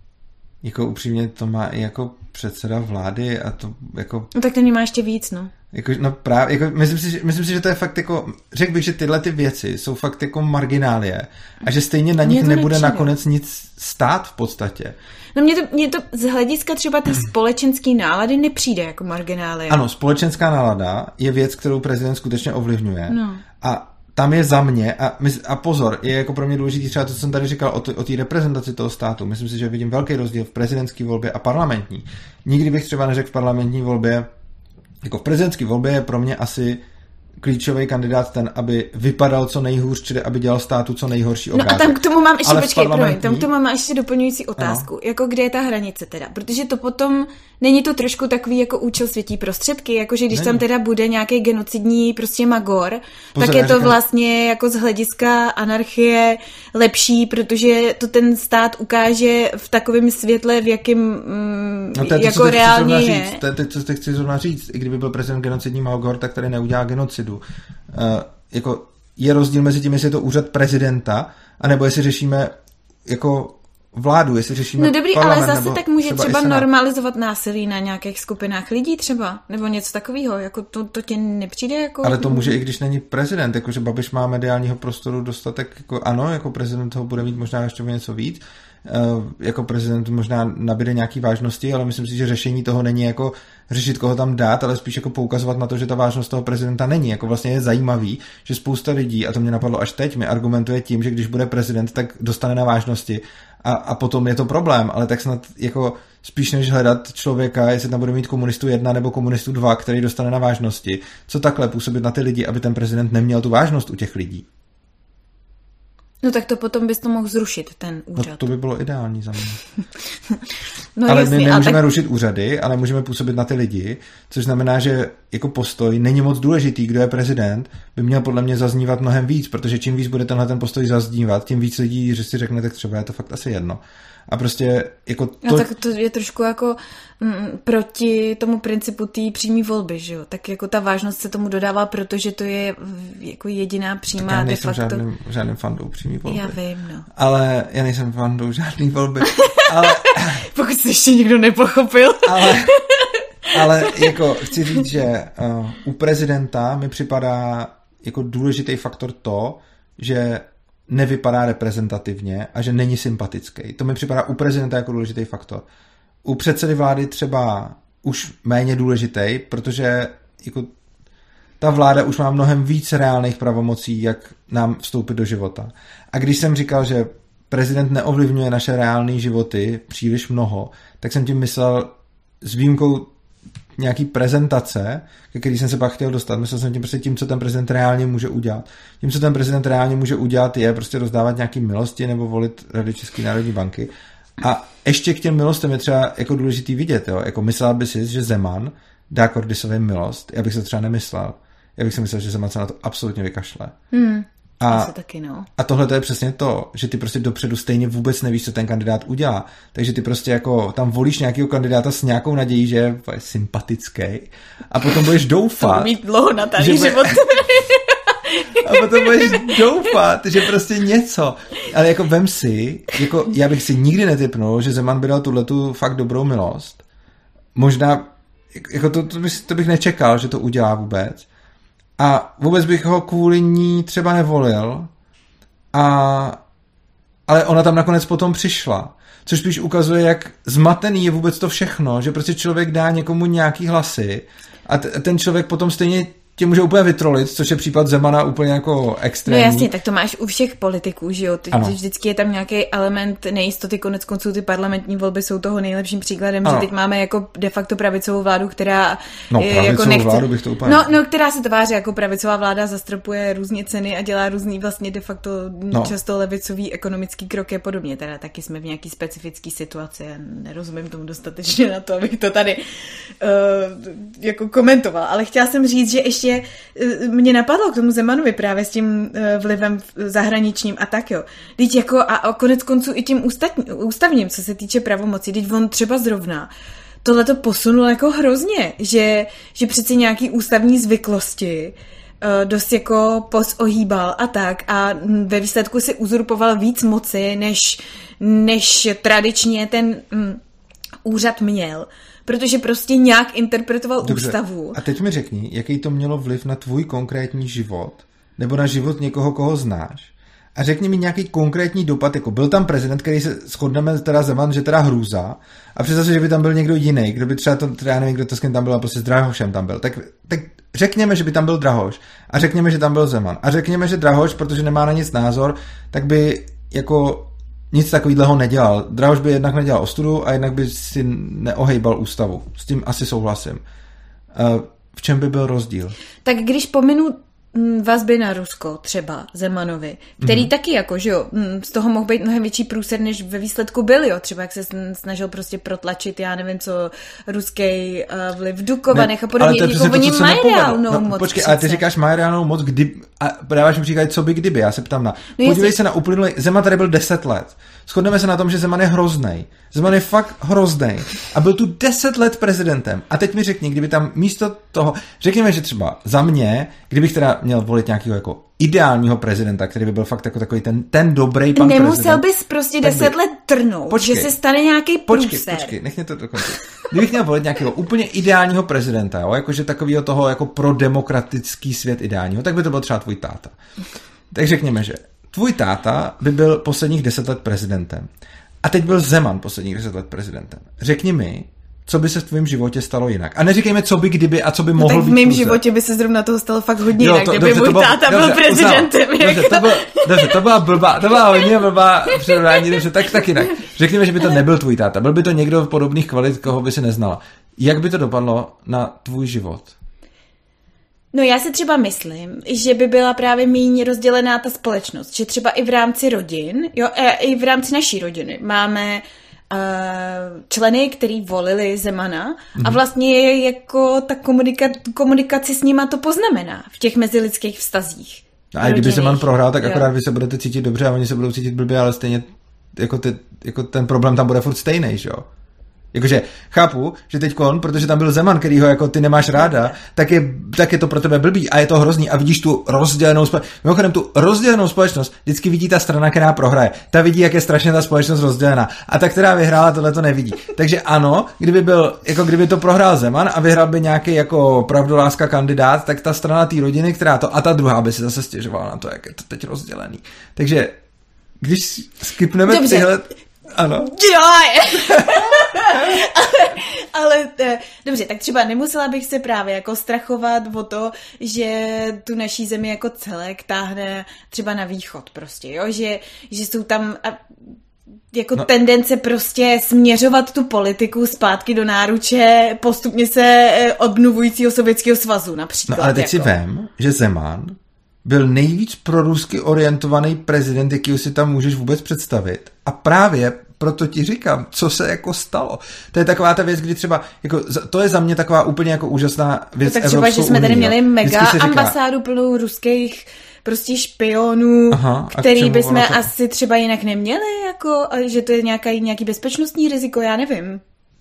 Jako upřímně to má i jako předseda vlády a to jako... No tak ten má ještě víc, no. Jako, no právě, jako, myslím, si, že, myslím si, že to je fakt jako, řekl bych, že tyhle ty věci jsou fakt jako marginálie a že stejně na nich nebude nepřijde. Nakonec nic stát v podstatě. No mně to, mně to z hlediska třeba té společenské nálady nepřijde jako marginálie. Ano, společenská nálada je věc, kterou prezident skutečně ovlivňuje. No. A tam je za mě, a, a pozor, je jako pro mě důležitý třeba to, co jsem tady říkal o, o té reprezentaci toho státu. Myslím si, že vidím velký rozdíl v prezidentské volbě a parlamentní. Nikdy bych třeba neřekl v parlamentní volbě, jako v prezidentské volbě je pro mě asi klíčový kandidát ten, aby vypadal co nejhůř, čili aby dělal státu co nejhorší obrázek. No a tam k tomu mám ještě, ale počkej, parlamentní... promiň, tam k tomu mám ještě doplňující otázku. No. Jako kde je ta hranice teda? Protože to potom, není to trošku takový jako účel světí prostředky, jakože když není. Tam teda bude nějaký genocidní prostě magor, Pozor, tak je to říkám... vlastně jako z hlediska anarchie lepší, protože to ten stát ukáže v takovém světle, v jakém mm, no, jako to, reálně je. To je to, co chci zrovna říct. I kdyby byl prezident genocidní magor, tak tady neudělá genocidu. Uh, jako je rozdíl mezi tím, jestli je to úřad prezidenta, anebo jestli řešíme jako vládu, jestli řešíme No dobrý, ale zase tak může třeba, třeba normalizovat na... násilí na nějakých skupinách lidí třeba, nebo něco takového, jako to, to tě nepřijde jako... Ale to může i když není prezident, jakože Babiš má mediálního prostoru dostatek, jako ano, jako prezident toho bude mít možná ještě něco víc, jako prezident možná nabíde nějaký vážnosti, ale myslím si, že řešení toho není jako řešit, koho tam dát, ale spíš jako poukazovat na to, že ta vážnost toho prezidenta není. Jako vlastně je zajímavý, že spousta lidí, a to mě napadlo až teď, mi argumentuje tím, že když bude prezident, tak dostane na vážnosti a, a potom je to problém, ale tak snad jako spíš než hledat člověka, jestli tam bude mít komunistu jedna nebo komunistu dva, který dostane na vážnosti, co takhle působit na ty lidi, aby ten prezident neměl tu vážnost u těch lidí. No tak to potom bys to mohl zrušit, ten úřad. No to by bylo ideální za mě. no ale jasně, my nemůžeme tak... rušit úřady, ale můžeme působit na ty lidi, což znamená, že jako postoj není moc důležitý, kdo je prezident, by měl podle mě zaznívat mnohem víc, protože čím víc bude tenhle ten postoj zaznívat, tím víc lidí, že si řekne, tak třeba je to fakt asi jedno. A prostě jako to... No tak to je trošku jako mm, proti tomu principu té přímé volby, že jo? Tak jako ta vážnost se tomu dodává, protože to je jako jediná přímá de facto... Já nejsem žádným, žádným fandou přímé volby. Já vím, no. Ale já nejsem fandou žádný volby. Ale... Pokud se ještě nikdo nepochopil. ale, ale jako chci říct, že uh, u prezidenta mi připadá jako důležitý faktor to, že nevypadá reprezentativně a že není sympatický. To mi připadá u prezidenta jako důležitý faktor. U předsedy vlády třeba už méně důležitý, protože jako ta vláda už má mnohem víc reálných pravomocí, jak nám vstoupit do života. A když jsem říkal, že prezident neovlivňuje naše reálné životy příliš mnoho, tak jsem tím myslel s výjimkou nějaký prezentace, ke který jsem se pak chtěl dostat. Myslel jsem tím prostě tím, co ten prezident reálně může udělat. Tím, co ten prezident reálně může udělat, je prostě rozdávat nějaký milosti nebo volit Rady České národní banky. A ještě k těm milostem je třeba jako důležitý vidět. Jo? Jako myslel by si, že Zeman dá Kordisovi milost. Já bych se třeba nemyslel. Já bych si myslel, že Zeman se na to absolutně vykašle. Hmm. A, taky, no. a tohle to je přesně to, že ty prostě dopředu stejně vůbec nevíš, co ten kandidát udělá. Takže ty prostě jako tam volíš nějakého kandidáta s nějakou nadějí, že je sympatický a potom budeš doufat. To mít dlouho na tady bude... život. A potom budeš doufat, že prostě něco. Ale jako vem si, jako já bych si nikdy netipnul, že Zeman by dal tuhletu fakt dobrou milost. Možná, jako to, to, bych, to bych nečekal, že to udělá vůbec. A vůbec bych ho kvůli ní třeba nevolil, a, ale ona tam nakonec potom přišla. Což spíš ukazuje, jak zmatený je vůbec to všechno, že prostě člověk dá někomu nějaký hlasy a t- ten člověk potom stejně tě může úplně vytrolit, což je případ Zemana úplně jako extrémní. No jasně, tak to máš u všech politiků, že jo? Ty, vždycky je tam nějaký element nejistoty, konec konců ty parlamentní volby jsou toho nejlepším příkladem, ano. Že teď máme jako de facto pravicovou vládu, která no, je, jako nechce... vládu bych to úplně... No, no, která se tváří jako pravicová vláda, zastropuje různě ceny a dělá různý vlastně de facto no. často levicový ekonomický kroky a podobně. Teda taky jsme v nějaký specifický situaci a nerozumím tomu dostatečně na to, abych to tady uh, jako komentoval. Ale chtěla jsem říct, že ještě mě napadlo k tomu Zemanovi právě s tím vlivem zahraničním a tak jo. Teď jako a konec konců i tím ústavním, co se týče pravomocí, teď on třeba zrovna tohle to posunulo jako hrozně, že, že přeci nějaký ústavní zvyklosti dost jako pozohýbal a tak a ve výsledku si uzurpoval víc moci, než, než tradičně ten mm, úřad měl, protože prostě nějak interpretoval Dobře. ústavu. A teď mi řekni, jaký to mělo vliv na tvůj konkrétní život, nebo na život někoho, koho znáš. A řekni mi nějaký konkrétní dopad, jako byl tam prezident, který se shodneme teda Zeman, že teda hrůza, a představ si, že by tam byl někdo jiný, kdo by třeba, to, třeba já nevím, kdo to s kým tam byl, a prostě s Drahošem tam byl. Tak, tak řekněme, že by tam byl Drahoš a řekněme, že tam byl Zeman. A řekněme, že Drahoš, protože nemá na nic názor, tak by jako nic takového nedělal. Drahoš by jednak nedělal ostudu a jednak by si neohejbal ústavu. S tím asi souhlasím. V čem by byl rozdíl? Tak když pominu vazby na Rusko, třeba Zemanovi, který mm. taky jako, že jo, z toho mohl být mnohem větší průser, než ve výsledku byl, jo, třeba jak se snažil prostě protlačit, já nevím co, ruský uh, vliv v Dukovanech a podobně, jako oni mají reálnou no, moc. Počkej, přece. ale ty říkáš mají reálnou moc, kdy, a dáváš mi příklad, co by kdyby, já se ptám na, no podívej jestli... se na uplynulý, Zeman tady byl deset let, shodneme se na tom, že Zeman je hroznej, Zeman je fakt hroznej a byl tu deset let prezidentem a teď mi řekni, kdyby tam místo toho, řekněme, že třeba za mě, kdybych teda měl volit nějakého jako ideálního prezidenta, který by byl fakt jako takový ten, ten dobrý pan Nemusel prezident. Nemusel bys prostě deset by... let trnout, počkej, že se stane nějaký průser. Počkej, počkej, nech mě to dokončit. Kdybych měl volit nějakého úplně ideálního prezidenta, jo, jakože takového toho jako pro demokratický svět ideálního, tak by to byl třeba tvůj táta. Tak řekněme, že tvůj táta by byl posledních deset let prezidentem. A teď byl Zeman posledních deset let prezidentem. Řekni mi, co by se v tvém životě stalo jinak. A neříkejme, co by kdyby a co by no mohl být. Tak v mém životě by se zrovna toho stalo fakt hodně jo, jinak, to, kdyby dobře, můj byl, táta dobře, byl prezidentem. Dobře, jako. to, bylo, dobře, to byla blbá, to byla hodně blbá přirovnání, dobře, tak, tak jinak. Řekněme, že by to nebyl tvůj táta, byl by to někdo v podobných kvalit, koho by si neznala. Jak by to dopadlo na tvůj život? No já si třeba myslím, že by byla právě méně rozdělená ta společnost, že třeba i v rámci rodin, jo, i v rámci naší rodiny máme uh, členy, který volili Zemana mm-hmm. a vlastně jako ta komunika- komunikaci s nima to poznamená v těch mezilidských vztazích. No a kdyby Zeman prohrál, tak akorát vy se budete cítit dobře a oni se budou cítit blbě, ale stejně jako, ty, jako ten problém tam bude furt stejný, že jo? Jakože chápu, že teďkon, protože tam byl Zeman, který ho jako ty nemáš ráda, tak je, tak je to pro tebe blbý a je to hrozný a vidíš tu rozdělenou společnost. Mimochodem tu rozdělenou společnost vždycky vidí ta strana, která prohraje. Ta vidí, jak je strašně ta společnost rozdělená. A ta, která vyhrála, tohle to nevidí. Takže ano, kdyby byl, jako kdyby to prohrál Zeman a vyhrál by nějaký jako pravdoláska kandidát, tak ta strana té rodiny, která to, a ta druhá by si zase stěžovala na to, jak je to teď rozdělený. Takže když skipneme Dobře. tyhle... Ano. ale, ale dobře, tak třeba nemusela bych se právě jako strachovat o to, že tu naší zemi jako celek táhne třeba na východ prostě, jo, že, že jsou tam a, jako no. tendence prostě směřovat tu politiku zpátky do náruče postupně se obnovujícího Sovětského svazu například. No ale teď jako. si vem, že Zeman byl nejvíc prorusky orientovaný prezident, jakýho si tam můžeš vůbec představit. A právě proto ti říkám, co se jako stalo. To je taková ta věc, kdy třeba, jako, to je za mě taková úplně jako úžasná věc no, tak Evropskou třeba, že jsme unii, tady měli mega říká, ambasádu plnou ruských prostě špionů, aha, který bychom to... asi třeba jinak neměli, jako, že to je nějaká, nějaký bezpečnostní riziko, já nevím.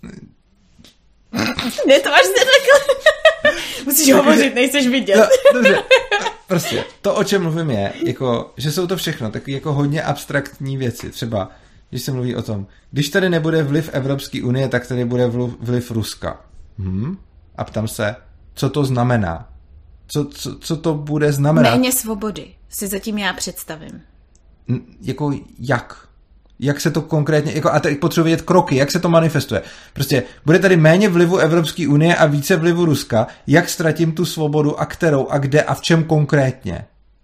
Ne, to máš se takhle. Musíš hovořit, nejseš vidět. No, dobře. Prostě to, o čem mluvím, je, jako, že jsou to všechno takové jako hodně abstraktní věci. Třeba, když se mluví o tom, když tady nebude vliv Evropské unie, tak tady bude vliv, vliv Ruska. Hmm? A ptám se, co to znamená? Co, co, co to bude znamenat? Méně svobody si zatím já představím. N- jako jak? Jak se to konkrétně, jako, a teď potřebuji vědět kroky, jak se to manifestuje. Prostě bude tady méně vlivu Evropské unie a více vlivu Ruska, jak ztratím tu svobodu a kterou a kde a v čem konkrétně?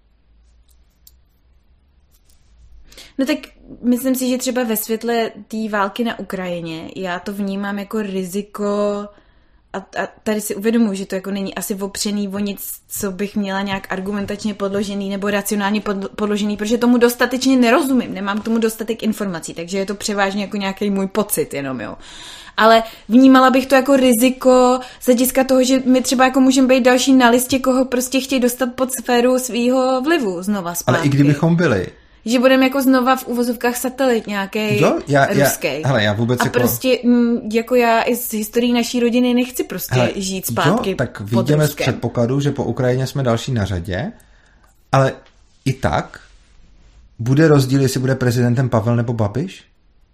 No tak myslím si, že třeba ve světle té války na Ukrajině já to vnímám jako riziko a, a tady si uvědomuji, že to jako není asi opřený o nic, co bych měla nějak argumentačně podložený nebo racionálně podložený, protože tomu dostatečně nerozumím, nemám k tomu dostatek informací, takže je to převážně jako nějaký můj pocit jenom, jo. Ale vnímala bych to jako riziko z hlediska toho, že my třeba jako můžeme být další na listě, koho prostě chtějí dostat pod sféru svýho vlivu znova zpátky. Ale i kdybychom byli, Že budeme jako znova v uvozovkách satelit nějaký ruský. Hele, já vůbec a jako... prostě jako já i z historií naší rodiny nechci prostě hele, žít zpátky jo, tak vyjdeme z předpokladu, že po Ukrajině jsme další na řadě, ale i tak bude rozdíl, jestli bude prezidentem Pavel nebo Babiš?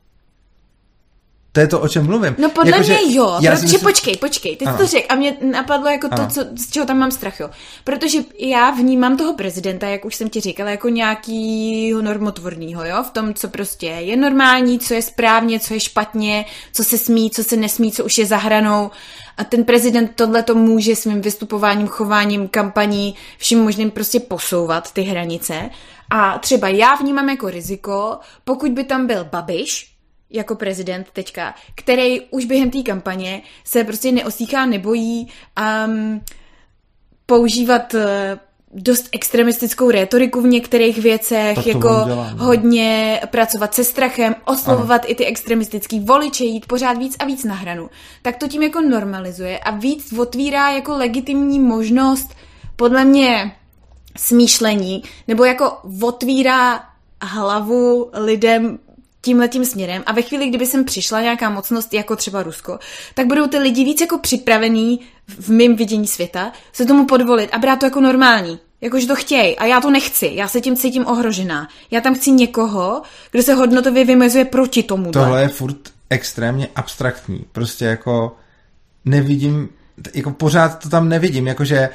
To je to, o čem mluvím. No podle jako, mě jo, protože myslím... počkej, počkej, ty jsi to řekl a mě napadlo jako ano. to, co, z čeho tam mám strach, jo. Protože já vnímám toho prezidenta, jak už jsem ti říkala, jako nějakýho normotvornýho, jo, v tom, co prostě je normální, co je správně, co je špatně, co se smí, co se nesmí, co už je za hranou. A ten prezident tohleto může svým vystupováním, chováním, kampaní, vším možným prostě posouvat ty hranice. A třeba já vnímám jako riziko, pokud by tam byl Babiš, jako prezident teďka, který už během té kampaně se prostě neosýchá, nebojí um, používat uh, dost extremistickou rétoriku v některých věcech, tak jako dělá, hodně pracovat se strachem, oslovovat ano. i ty extremistický voliče, jít pořád víc a víc na hranu. Tak to tím jako normalizuje a víc otvírá jako legitimní možnost podle mě smýšlení, nebo jako otvírá hlavu lidem tímhletím směrem a ve chvíli, kdyby sem přišla nějaká mocnost jako třeba Rusko, tak budou ty lidi víc jako připravený v mém vidění světa se tomu podvolit a brát to jako normální. Jakože to chtějí a já to nechci. Já se tím cítím ohrožená. Já tam chci někoho, kdo se hodnotově vymezuje proti tomu. Tohle je furt extrémně abstraktní. Prostě jako nevidím, jako pořád to tam nevidím, jakože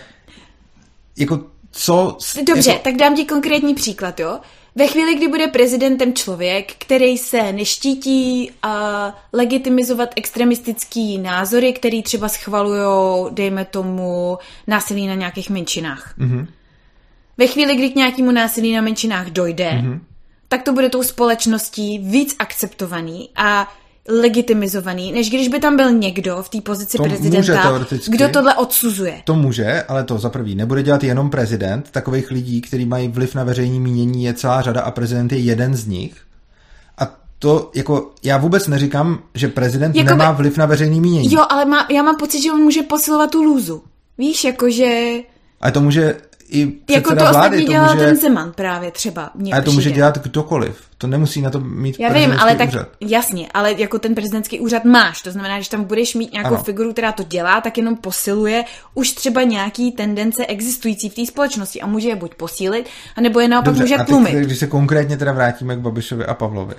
jako co... Dobře, jako... tak dám ti konkrétní příklad, jo? Ve chvíli, kdy bude prezidentem člověk, který se neštítí uh, legitimizovat extremistický názory, který třeba schvalujou, dejme tomu, násilí na nějakých menšinách. Mm-hmm. Ve chvíli, kdy k nějakému násilí na menšinách dojde, mm-hmm. tak to bude tou společností víc akceptovaný a legitimizovaný, než když by tam byl někdo v té pozici to prezidenta, kdo tohle odsuzuje. To může, ale to za prvý nebude dělat jenom prezident. Takových lidí, kteří mají vliv na veřejné mínění, je celá řada a prezident je jeden z nich. A to jako, já vůbec neříkám, že prezident Jakoby, nemá vliv na veřejné mínění. Jo, ale má, já mám pocit, že on může posilovat tu lůzu. Víš, jakože... Ale to může i předseda jako to vlády. Ostatní to dělal může... ten Zeman právě třeba. Ale to může dělat kdokoliv. To nemusí na to mít já prezidentský vím, ale tak úřad. Jasně, ale jako ten prezidentský úřad máš. To znamená, že tam budeš mít nějakou ano. figuru, která to dělá, tak jenom posiluje už třeba nějaký tendence existující v té společnosti a může je buď posílit, anebo je naopak Dobře, může a tlumit. Teď, když se konkrétně teda vrátíme k Babišovi a Pavlovi.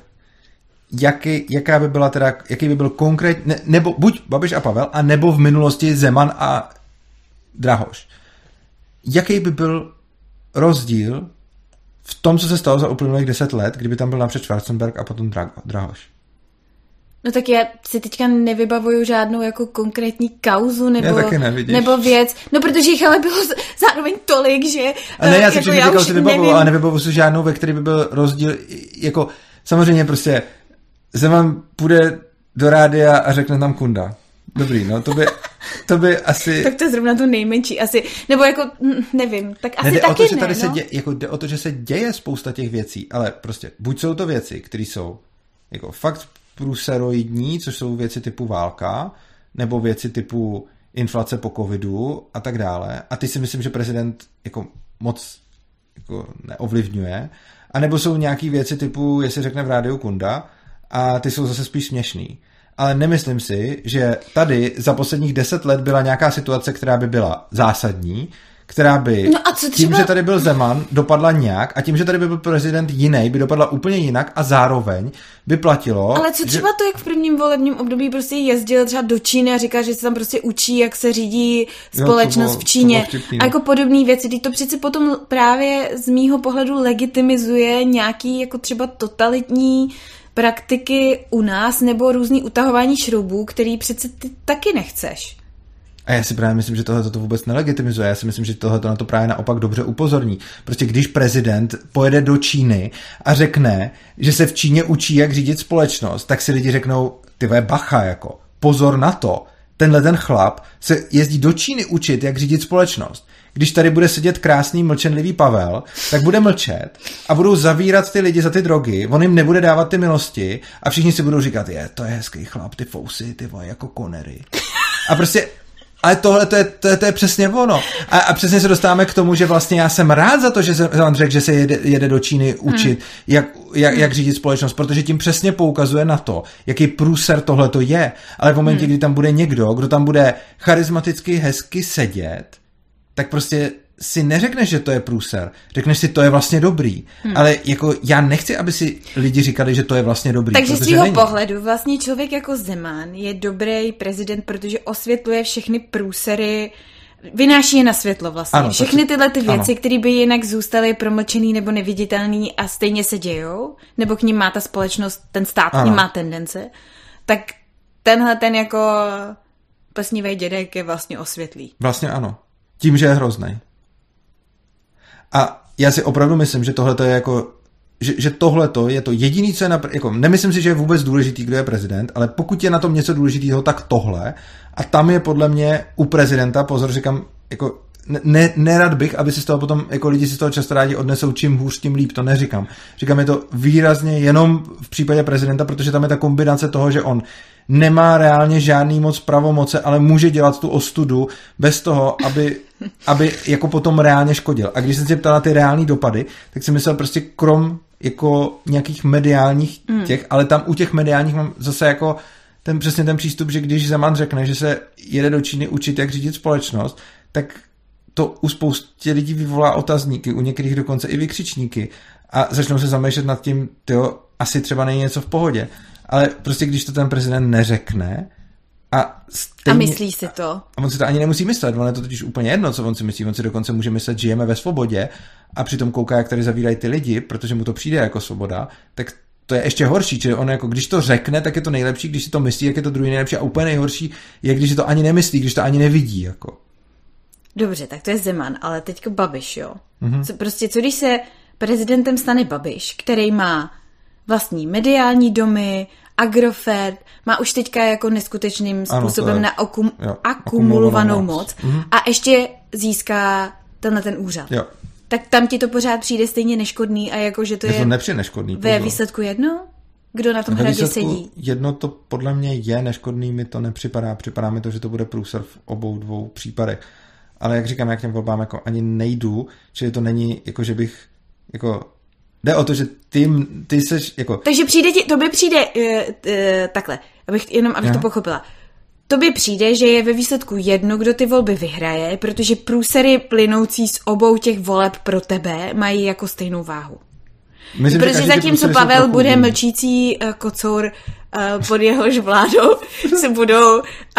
Jaký, jaká by byla teda, jaký by byl konkrétně, ne, nebo buď Babiš a Pavel, a nebo v minulosti Zeman a Drahoš. Jaký by byl rozdíl v tom, co se stalo za uplynulých deset let, kdyby tam byl napřed Schwarzenberg a potom Drahoš? No tak já si teďka nevybavuju žádnou jako konkrétní kauzu nebo, nebo věc. No protože jich ale bylo zároveň tolik, že... A ne, já si všechny ty kauzy vybavuju, ale nevybavuju si žádnou, ve který by byl rozdíl, jako samozřejmě prostě Zeman půjde do rádia a řekne tam Kunda. Dobrý, no to by, to by asi... Tak to je zrovna to nejmenší asi, nebo jako, nevím, tak asi ne, taky o to, že ne, tady no? se děje, jako jde o to, že se děje spousta těch věcí, ale prostě buď jsou to věci, které jsou jako fakt průseroidní, což jsou věci typu válka, nebo věci typu inflace po covidu a tak dále. A ty si myslím, že prezident jako moc jako neovlivňuje. A nebo jsou nějaký věci typu, jestli řekne v rádiu Kunda, a ty jsou zase spíš směšný. Ale nemyslím si, že tady za posledních deset let byla nějaká situace, která by byla zásadní, která by no a co třeba... tím, že tady byl Zeman, dopadla nějak a tím, že tady by byl prezident jiný, by dopadla úplně jinak a zároveň by platilo... Ale co třeba že... to, jak v prvním volebním období prostě jezdil třeba do Číny a říká, že se tam prostě učí, jak se řídí společnost jo, bylo, v Číně. A jako podobné věci, teď to přeci potom právě z mýho pohledu legitimizuje nějaký jako třeba totalitní praktiky u nás nebo různý utahování šroubů, který přece ty taky nechceš. A já si právě myslím, že tohle to vůbec nelegitimizuje. Já si myslím, že tohle to na to právě naopak dobře upozorní. Prostě když prezident pojede do Číny a řekne, že se v Číně učí, jak řídit společnost, tak si lidi řeknou, ty ve bacha, jako, pozor na to. Tenhle ten chlap se jezdí do Číny učit, jak řídit společnost. Když tady bude sedět krásný, mlčenlivý Pavel, tak bude mlčet a budou zavírat ty lidi za ty drogy, on jim nebude dávat ty milosti a všichni si budou říkat, je, to je hezký chlap, ty fousy, ty vole, jako Connery. A prostě Ale tohle to je, to je, to je přesně ono. A, a přesně se dostáváme k tomu, že vlastně já jsem rád za to, že jsem řekl, že se jede, jede do Číny učit, hmm. jak, jak, jak řídit společnost, protože tím přesně poukazuje na to, jaký průser tohle to je. Ale v momentě, hmm. kdy tam bude někdo, kdo tam bude charismaticky hezky sedět, tak prostě si neřekneš, že to je průser. Řekneš si, to je vlastně dobrý. Hmm. Ale jako já nechci, aby si lidi říkali, že to je vlastně dobrý. Takže z svého pohledu vlastně člověk jako Zeman je dobrý prezident, protože osvětluje všechny průsery, vynáší je na světlo vlastně. Ano, všechny tyhle ty věci, které by jinak zůstaly promlčený nebo neviditelný a stejně se dějou, nebo k ním má ta společnost, ten stát k ním má tendence, tak tenhle ten jako plesnivý dědek je vlastně osvětlý. Vlastně ano. Tím, že je hroznej. A já si opravdu myslím, že tohle je jako, že, že tohle je to jediný, co je na, jako, nemyslím si, že je vůbec důležitý, kdo je prezident, ale pokud je na tom něco důležitého, tak tohle. A tam je podle mě u prezidenta, pozor, říkám, jako, ne, nerad bych, aby si z toho potom, jako lidi si z toho často rádi odnesou, čím hůř, tím líp, to neříkám. Říkám, je to výrazně jenom v případě prezidenta, protože tam je ta kombinace toho, že on nemá reálně žádný moc pravomoce, ale může dělat tu ostudu bez toho, aby, aby jako potom reálně škodil. A když jsem se ptal na ty reální dopady, tak jsem myslel prostě krom jako nějakých mediálních těch, mm. ale tam u těch mediálních mám zase jako ten přesně ten přístup, že když Zeman řekne, že se jede do Číny učit, jak řídit společnost, tak to u spoustě lidí vyvolá otazníky, u některých dokonce i vykřičníky a začnou se zamýšlet nad tím, tyjo, asi třeba není něco v pohodě. Ale prostě když to ten prezident neřekne a stejně... A myslí si to. A on si to ani nemusí myslet, on je to totiž úplně jedno, co on si myslí. On si dokonce může myslet, že žijeme ve svobodě a přitom kouká, jak tady zavírají ty lidi, protože mu to přijde jako svoboda, tak to je ještě horší. Čili on jako, když to řekne, tak je to nejlepší, když si to myslí, jak je to druhý nejlepší a úplně nejhorší je, když si to ani nemyslí, když to ani nevidí. Jako. Dobře, tak to je Zeman, ale teďko Babiš, jo. Mm-hmm. Co, prostě co když se prezidentem stane Babiš, který má vlastní mediální domy, Agrofert, má už teďka jako neskutečným způsobem na okum, jo, akumulovanou moc, moc mm-hmm. a ještě získá tenhle ten úřad. Jo. Tak tam ti to pořád přijde stejně neškodný a jako, že to je, je to neškodný, ve výsledku jedno? Kdo na tom hradě sedí? Jedno to podle mě je neškodný, mi to nepřipadá. Připadá mi to, že to bude průser v obou dvou případech. Ale jak říkám, já k těm volbám jako ani nejdu, čili to není jako, že bych jako jde o to, že ty, ty seš jako... Takže přijde ti, to by přijde uh, uh, takhle, abych, jenom abych Aha. to pochopila. To by přijde, že je ve výsledku jedno, kdo ty volby vyhraje, protože průsery plynoucí z obou těch voleb pro tebe mají jako stejnou váhu. Myslím, protože zatímco Pavel bude jiný. Mlčící uh, kocour uh, pod jehož vládou se budou uh,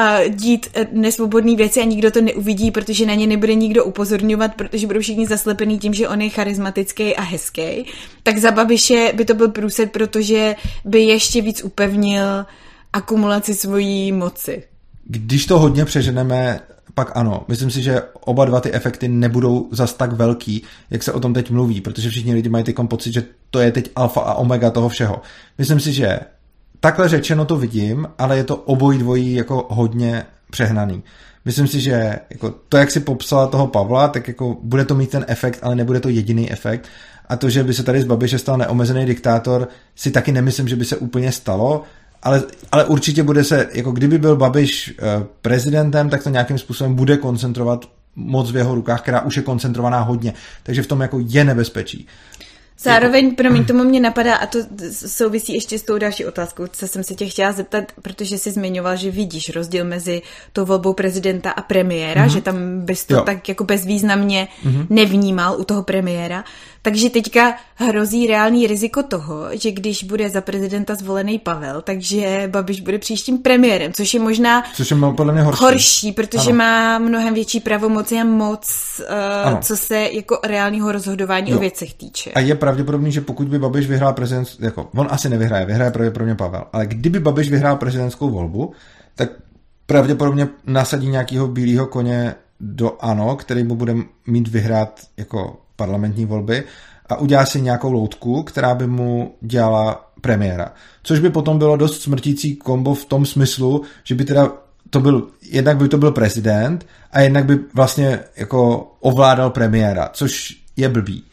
dít uh, nesvobodné věci a nikdo to neuvidí, protože na ně nebude nikdo upozorňovat, protože budou všichni zaslepený tím, že on je charismatický a hezký. Tak za Babiše by to byl průsed, protože by ještě víc upevnil akumulaci svojí moci. Když to hodně přeženeme, pak ano. Myslím si, že oba dva ty efekty nebudou zas tak velký, jak se o tom teď mluví, protože všichni lidi mají teď pocit, že to je teď alfa a omega toho všeho. Myslím si, že takhle řečeno to vidím, ale je to obojí dvojí jako hodně přehnaný. Myslím si, že jako to, jak si popsala toho Pavla, tak jako bude to mít ten efekt, ale nebude to jediný efekt. A to, že by se tady z Babiše stal neomezený diktátor, si taky nemyslím, že by se úplně stalo. Ale, ale určitě bude se, jako kdyby byl Babiš uh, prezidentem, tak to nějakým způsobem bude koncentrovat moc v jeho rukách, která už je koncentrovaná hodně. Takže v tom jako je nebezpečí. Zároveň, jako... promiň, tomu mě napadá, a to souvisí ještě s tou další otázkou, co jsem se tě chtěla zeptat, protože jsi zmiňoval, že vidíš rozdíl mezi tou volbou prezidenta a premiéra, mm-hmm. že tam bys to jo. tak jako bezvýznamně mm-hmm. nevnímal u toho premiéra. Takže teďka hrozí reálný riziko toho, že když bude za prezidenta zvolený Pavel, takže Babiš bude příštím premiérem, což je možná což je podle mě horší. horší, protože ano. má mnohem větší pravomoci a moc, uh, co se jako reálního rozhodování jo. o věcech týče. A je pravděpodobný, že pokud by Babiš vyhrál prezident, jako on asi nevyhraje, vyhraje pravděpodobně Pavel, ale kdyby Babiš vyhrál prezidentskou volbu, tak pravděpodobně nasadí nějakého bílého koně do ANO, který mu bude mít vyhrát jako parlamentní volby a udělá si nějakou loutku, která by mu dělala premiéra. Což by potom bylo dost smrtící kombo v tom smyslu, že by teda to byl, jednak by to byl prezident a jednak by vlastně jako ovládal premiéra, což je blbý.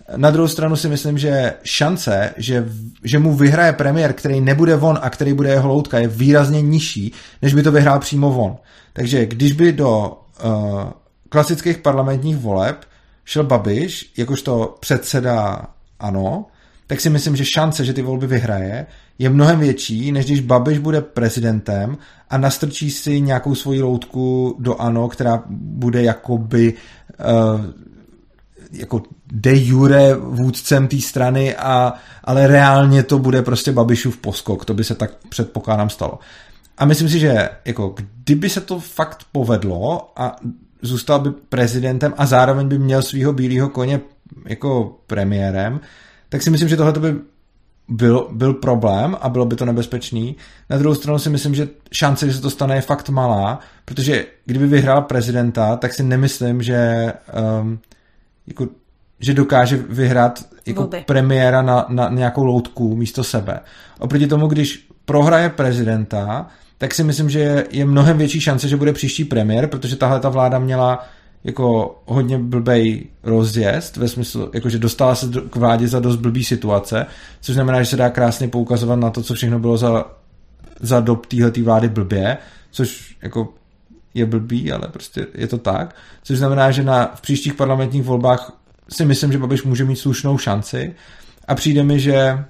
Na druhou stranu si myslím, že šance, že, že mu vyhraje premiér, který nebude on a který bude jeho loutka, je výrazně nižší, než by to vyhrál přímo on. Takže když by do uh, klasických parlamentních voleb šel Babiš, jakožto předseda ANO, tak si myslím, že šance, že ty volby vyhraje, je mnohem větší, než když Babiš bude prezidentem a nastrčí si nějakou svoji loutku do ANO, která bude jakoby uh, jako de jure vůdcem té strany, a, ale reálně to bude prostě Babišův poskok. To by se tak předpokládám stalo. A myslím si, že jako kdyby se to fakt povedlo a zůstal by prezidentem a zároveň by měl svýho bílého koně jako premiérem, tak si myslím, že tohle by byl, byl problém a bylo by to nebezpečný. Na druhou stranu si myslím, že šance, že se to stane, je fakt malá, protože kdyby vyhrál prezidenta, tak si nemyslím, že um, jako, že dokáže vyhrát jako Volby. premiéra na, na nějakou loutku místo sebe. Oproti tomu, když prohraje prezidenta, tak si myslím, že je, je mnohem větší šance, že bude příští premiér, protože tahle ta vláda měla jako hodně blbej rozjezd, ve smyslu, jakože dostala se k vládě za dost blbý situace, což znamená, že se dá krásně poukazovat na to, co všechno bylo za, za dob téhletý vlády blbě, což jako je blbý, ale prostě je to tak. Což znamená, že na, v příštích parlamentních volbách si myslím, že Babiš může mít slušnou šanci a přijde mi, že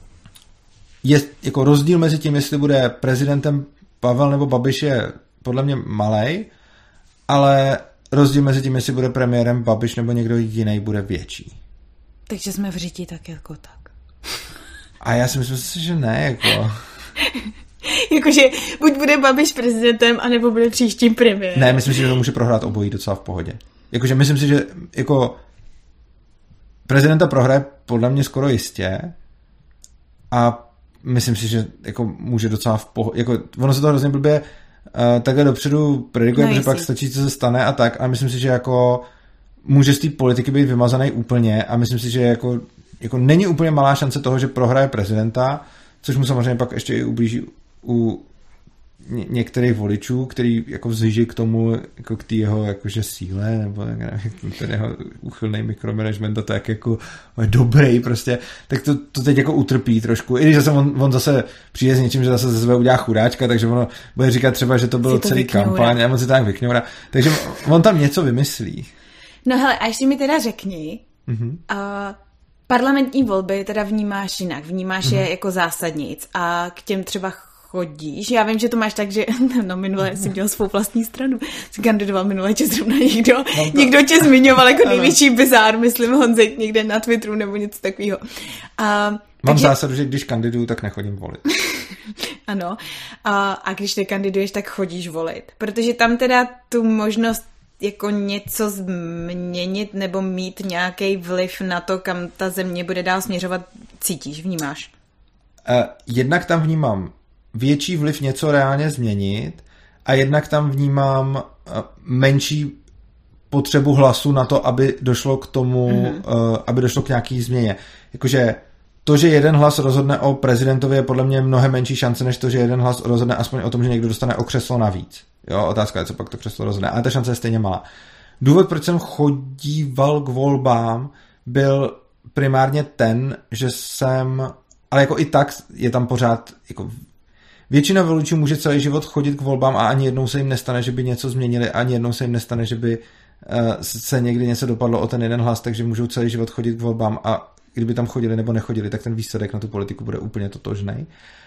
je jako rozdíl mezi tím, jestli bude prezidentem Pavel nebo Babiš, je podle mě malej, ale rozdíl mezi tím, jestli bude premiérem Babiš nebo někdo jiný, bude větší. Takže jsme v řiti tak jako tak. A já si myslím, že ne, jako... Jakože buď bude Babiš prezidentem, anebo bude příštím premiérem. Ne, myslím si, že to může prohrát obojí docela v pohodě. Jakože myslím si, že jako prezidenta prohraje podle mě skoro jistě a myslím si, že jako může docela v pohodě, jako ono se to hrozně blbě uh, takhle dopředu predikuje, no, protože pak stačí, co se stane a tak, a myslím si, že jako může z té politiky být vymazaný úplně a myslím si, že jako, jako není úplně malá šance toho, že prohraje prezidenta, což mu samozřejmě pak ještě i ublíží u ně- některých voličů, který jako vzhlíží k tomu, jako k té jeho jakože síle, nebo nevím, ten jeho úchylný mikromanagement a tak jako dobrý prostě, tak to, to teď jako utrpí trošku. I když zase on, on zase přijde s něčím, že zase ze sebe udělá chudáčka, takže ono bude říkat třeba, že to bylo to celý vykňoura. kampaň a on si tak vykňoura. Takže on tam něco vymyslí. No hele, a ještě mi teda řekni, mm-hmm. uh, parlamentní volby teda vnímáš jinak, vnímáš mm-hmm. je jako zásadnic a k těm třeba chodíš. Já vím, že to máš tak, že no minule jsi měl svou vlastní stranu. Jsi kandidoval minule, tě zrovna někdo, někdo tě zmiňoval jako největší bizár, myslím Honzek někde na Twitteru nebo něco takového. A, Mám takže... zásadu, že když kandiduju, tak nechodím volit. Ano. A, a když nekandiduješ, tak chodíš volit. Protože tam teda tu možnost jako něco změnit nebo mít nějaký vliv na to, kam ta země bude dál směřovat, cítíš, vnímáš? Uh, jednak tam vnímám větší vliv něco reálně změnit a jednak tam vnímám uh, menší potřebu hlasu na to, aby došlo k tomu, mm-hmm. uh, aby došlo k nějaký změně. Jakože to, že jeden hlas rozhodne o prezidentovi, je podle mě mnohem menší šance, než to, že jeden hlas rozhodne aspoň o tom, že někdo dostane o křeslo navíc. Jo, otázka je, co pak to křeslo rozhodne. Ale ta šance je stejně malá. Důvod, proč jsem chodíval k volbám, byl primárně ten, že jsem, ale jako i tak je tam pořád, jako většina voličů může celý život chodit k volbám a ani jednou se jim nestane, že by něco změnili, ani jednou se jim nestane, že by uh, se někdy něco dopadlo o ten jeden hlas, takže můžou celý život chodit k volbám a kdyby tam chodili nebo nechodili, tak ten výsledek na tu politiku bude úplně totožnej.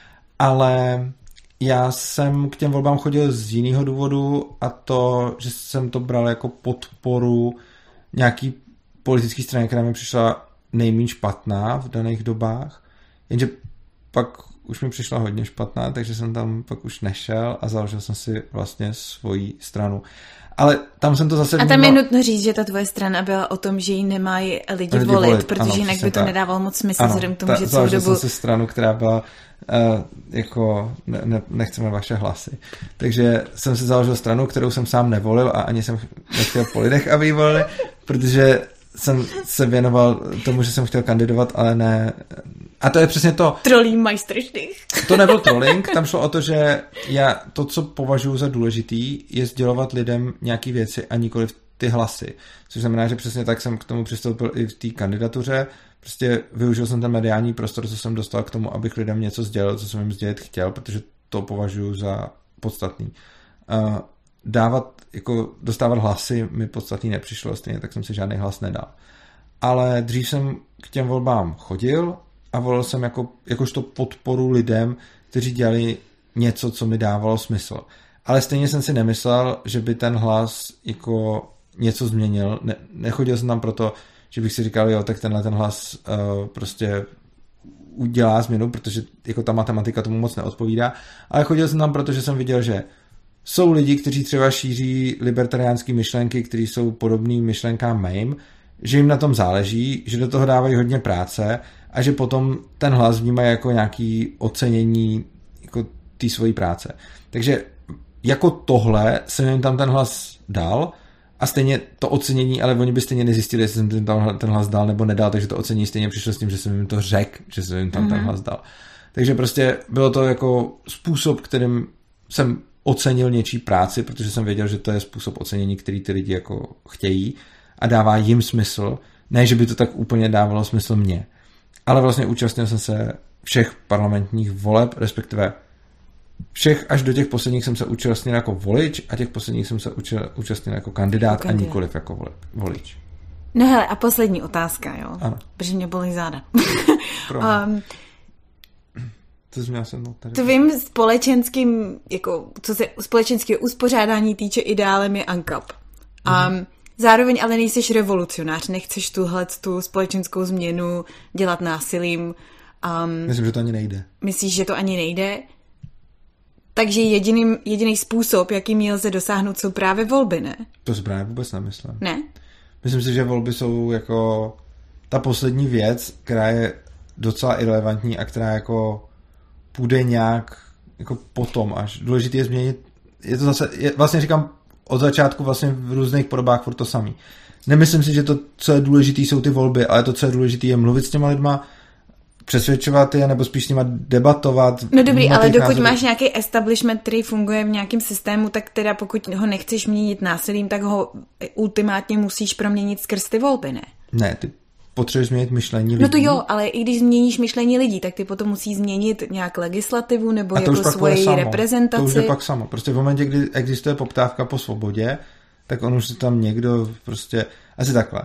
Ale já jsem k těm volbám chodil z jiného důvodu a to, že jsem to bral jako podporu nějaký politický strany, která mi přišla nejméně špatná v daných dobách, jenže pak už mi přišla hodně špatná, takže jsem tam pak už nešel a založil jsem si vlastně svoji stranu. Ale tam jsem to zase... A tam vnímal... je nutno říct, že ta tvoje strana byla o tom, že ji nemají lidi, lidi volit, volit, protože ano, jinak by to tak nedávalo moc smysl, vzhledem k tomu, ta, že celou dobu... jsem si stranu, která byla uh, jako, ne, ne, nechceme vaše hlasy. Takže jsem si založil stranu, kterou jsem sám nevolil a ani jsem nechtěl po lidech, aby ji volili, protože jsem se věnoval tomu, že jsem chtěl kandidovat, ale ne... A to je přesně to... Trolling majstrštych. To nebyl trolling, tam šlo o to, že já to, co považuji za důležitý, je sdělovat lidem nějaký věci a nikoliv ty hlasy. Což znamená, že přesně tak jsem k tomu přistoupil i v té kandidatuře. Prostě využil jsem ten mediální prostor, co jsem dostal k tomu, abych lidem něco sdělil, co jsem jim sdělit chtěl, protože to považuji za podstatný. Uh, dávat, jako dostávat hlasy mi podstatný nepřišlo, stejně tak jsem si žádný hlas nedal. Ale dřív jsem k těm volbám chodil a volil jsem jako, jakožto podporu lidem, kteří dělali něco, co mi dávalo smysl. Ale stejně jsem si nemyslel, že by ten hlas jako něco změnil. Ne, nechodil jsem tam proto, že bych si říkal, jo, tak tenhle ten hlas uh, prostě udělá změnu, protože jako ta matematika tomu moc neodpovídá. Ale chodil jsem tam proto, že jsem viděl, že jsou lidi, kteří třeba šíří libertariánské myšlenky, kteří jsou podobný myšlenkám mým, že jim na tom záleží, že do toho dávají hodně práce a že potom ten hlas vnímají jako nějaký ocenění jako té svojí práce. Takže jako tohle jsem jim tam ten hlas dal a stejně to ocenění, ale oni by stejně nezjistili, jestli jsem jim tam ten hlas dal nebo nedal, takže to ocenění stejně přišlo s tím, že jsem jim to řekl, že jsem jim tam mm-hmm. ten hlas dal. Takže prostě bylo to jako způsob, kterým jsem ocenil něčí práci, protože jsem věděl, že to je způsob ocenění, který ty lidi jako chtějí a dává jim smysl. Ne, že by to tak úplně dávalo smysl mně. Ale vlastně účastnil jsem se všech parlamentních voleb, respektive všech až do těch posledních jsem se účastnil jako volič a těch posledních jsem se učil, účastnil jako kandidát, jako kandidát a nikoliv jako voleb, volič. No hele, a poslední otázka, jo? Ano. Protože mě bolí záda. um, to jsem jsem tady. Tvým společenským, jako, co se společenského uspořádání týče, ideálem je ANCAP. Um, mm. Zároveň ale nejseš revolucionář, nechceš tuhle tu společenskou změnu dělat násilím. Um, Myslím, že to ani nejde. Myslíš, že to ani nejde? Takže jediný, jediný způsob, jakým ji lze dosáhnout, jsou právě volby, ne? To si právě vůbec nemyslím. Ne? Myslím si, že volby jsou jako ta poslední věc, která je docela irelevantní a která jako půjde nějak jako potom až. Důležité je změnit, je to zase, je, vlastně říkám od začátku vlastně v různých podobách furt to samý. Nemyslím si, že to, co je důležité, jsou ty volby, ale to, co je důležité, je mluvit s těma lidma, přesvědčovat je, nebo spíš s nima debatovat. No dobrý, ale dokud názory. Máš nějaký establishment, který funguje v nějakém systému, tak teda pokud ho nechceš měnit násilím, tak ho ultimátně musíš proměnit skrz ty volby, ne? Ne, ty potřebuješ změnit myšlení lidí. No to jo, ale i když změníš myšlení lidí, tak ty potom musí změnit nějak legislativu nebo jako svoji reprezentaci. To už je pak samo. Prostě v momentě, kdy existuje poptávka po svobodě, tak on už si tam někdo prostě... Asi takhle.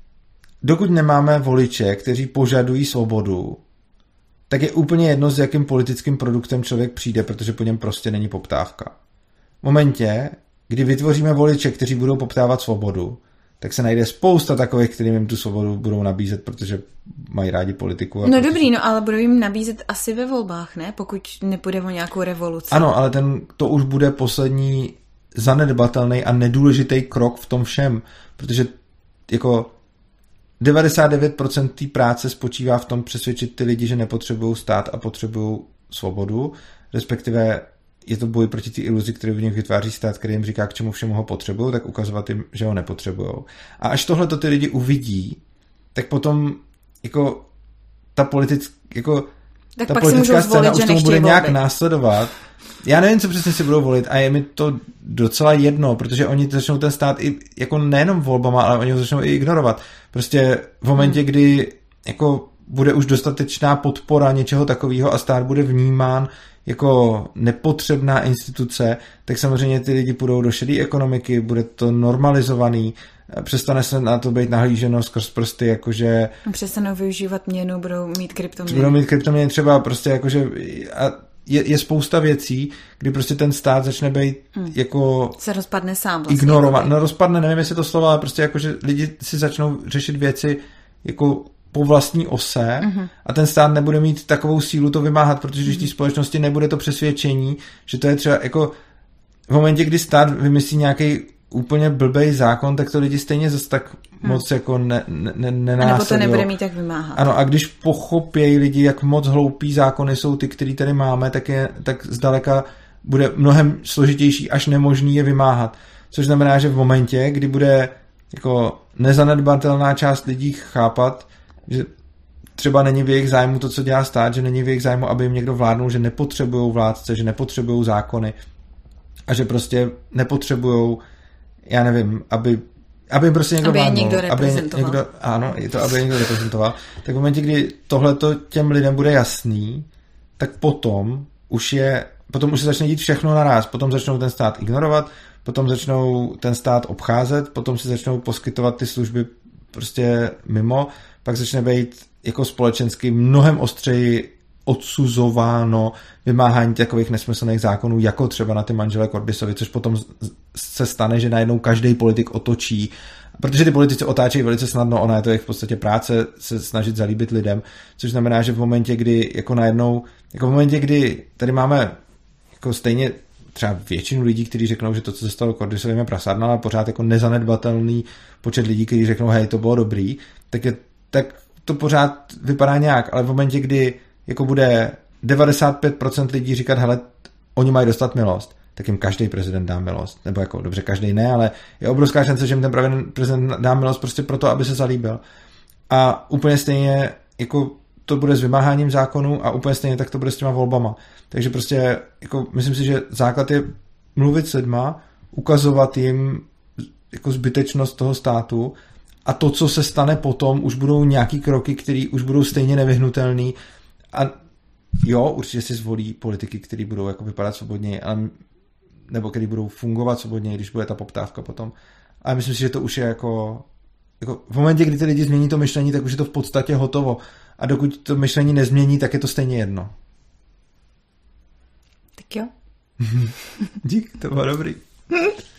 Dokud nemáme voliče, kteří požadují svobodu, tak je úplně jedno, s jakým politickým produktem člověk přijde, protože po něm prostě není poptávka. V momentě, kdy vytvoříme voliče, kteří budou poptávat svobodu, tak se najde spousta takových, kterým jim tu svobodu budou nabízet, protože mají rádi politiku. No protože... dobrý, no ale budou jim nabízet asi ve volbách, ne? Pokud nepůjde o nějakou revoluci. Ano, ale ten, to už bude poslední zanedbatelný a nedůležitý krok v tom všem, protože jako devadesát devět procent té práce spočívá v tom přesvědčit ty lidi, že nepotřebují stát a potřebují svobodu, respektive je to boj proti té iluzi, kterou v nich vytváří stát, který jim říká, k čemu všemu ho potřebují, tak ukazovat jim, že ho nepotřebují. A až tohle to ty lidi uvidí, tak potom jako ta politická jako tak ta pak politická si scéna zvolit, už tomu bude nějak volby. Následovat. Já nevím, co přesně si budou volit a je mi to docela jedno, protože oni začnou ten stát i jako nejenom volbama, ale oni ho začnou i ignorovat. Prostě v momentě, hmm. kdy jako bude už dostatečná podpora něčeho takového a stát bude vnímán jako nepotřebná instituce, tak samozřejmě ty lidi půjdou do šedé ekonomiky, bude to normalizovaný, přestane se na to být nahlíženo skrz prsty, jakože... Přestanou využívat měnu, budou mít kryptoměny. Budou mít kryptoměny třeba prostě jakože... A je, je spousta věcí, kdy prostě ten stát začne být hmm. jako... Se rozpadne sám vlastně. Ignorovat. No rozpadne, nevím, jestli to slovo, ale prostě jakože lidi si začnou řešit věci jako po vlastní ose mm-hmm. a ten stát nebude mít takovou sílu to vymáhat, protože když mm-hmm. té společnosti nebude to přesvědčení, že to je třeba jako v momentě, kdy stát vymyslí nějaký úplně blbej zákon, tak to lidi stejně zase tak hmm. moc jako ne, ne, ne, nenásledují. A nebo to nebude mít tak vymáhat. Ano, a když pochopějí lidi, jak moc hloupý zákony jsou ty, který tady máme, tak, je, tak zdaleka bude mnohem složitější, až nemožný je vymáhat. Což znamená, že v momentě, kdy bude jako nezanedbatelná část lidí chápat, že třeba není v jejich zájmu to, co dělá stát, že není v jejich zájmu, aby jim někdo vládnul, že nepotřebujou vládce, že nepotřebujou zákony a že prostě nepotřebujou, já nevím, aby aby jim prostě někdo aby vládnul, někdo reprezentoval. Aby někdo, ano, je to, aby je někdo reprezentoval. Tak v momentě, kdy tohleto těm lidem bude jasný, tak potom už je, potom už se začne dít všechno naráz. Potom začnou ten stát ignorovat, potom začnou ten stát obcházet, potom si začnou poskytovat ty služby prostě mimo, pak začne být jako společensky mnohem ostřeji odsuzováno vymáhání takových nesmyslných zákonů, jako třeba na ty manželé Corbisovi, což potom se stane, že najednou každý politik otočí, protože ty politici otáčejí velice snadno, ona je to jejich v podstatě práce se snažit zalíbit lidem, což znamená, že v momentě, kdy jako najednou, jako v momentě, kdy tady máme jako stejně třeba většinu lidí, kteří řeknou, že to, co se stalo Cordisovým, je prasárna, ale pořád jako nezanedbatelný počet lidí, kteří řeknou, hej, to bylo dobrý, tak, je, tak to pořád vypadá nějak, ale v momentě, kdy jako bude devadesát pět procent lidí říkat, hele, oni mají dostat milost, tak jim každý prezident dá milost. Nebo jako, dobře, každý ne, ale je obrovská šance, že jim ten prezident dá milost prostě proto, aby se zalíbil. A úplně stejně jako to bude s vymáháním zákonů a úplně stejně tak to bude s těma volbama. Takže prostě jako myslím si, že základ je mluvit s lidma, ukazovat jim jako zbytečnost toho státu a to, co se stane potom, už budou nějaký kroky, které už budou stejně nevyhnutelný. A jo, určitě si zvolí politiky, které budou jako vypadat svobodněji, ale, nebo které budou fungovat svobodněji, když bude ta poptávka potom. Ale myslím si, že to už je jako, jako v momentě, kdy ty lidi změní to myšlení, tak už je to v podstatě hotovo. A dokud to myšlení nezmění, tak je to stejně jedno. Tak jo. Dík, to bylo dobrý.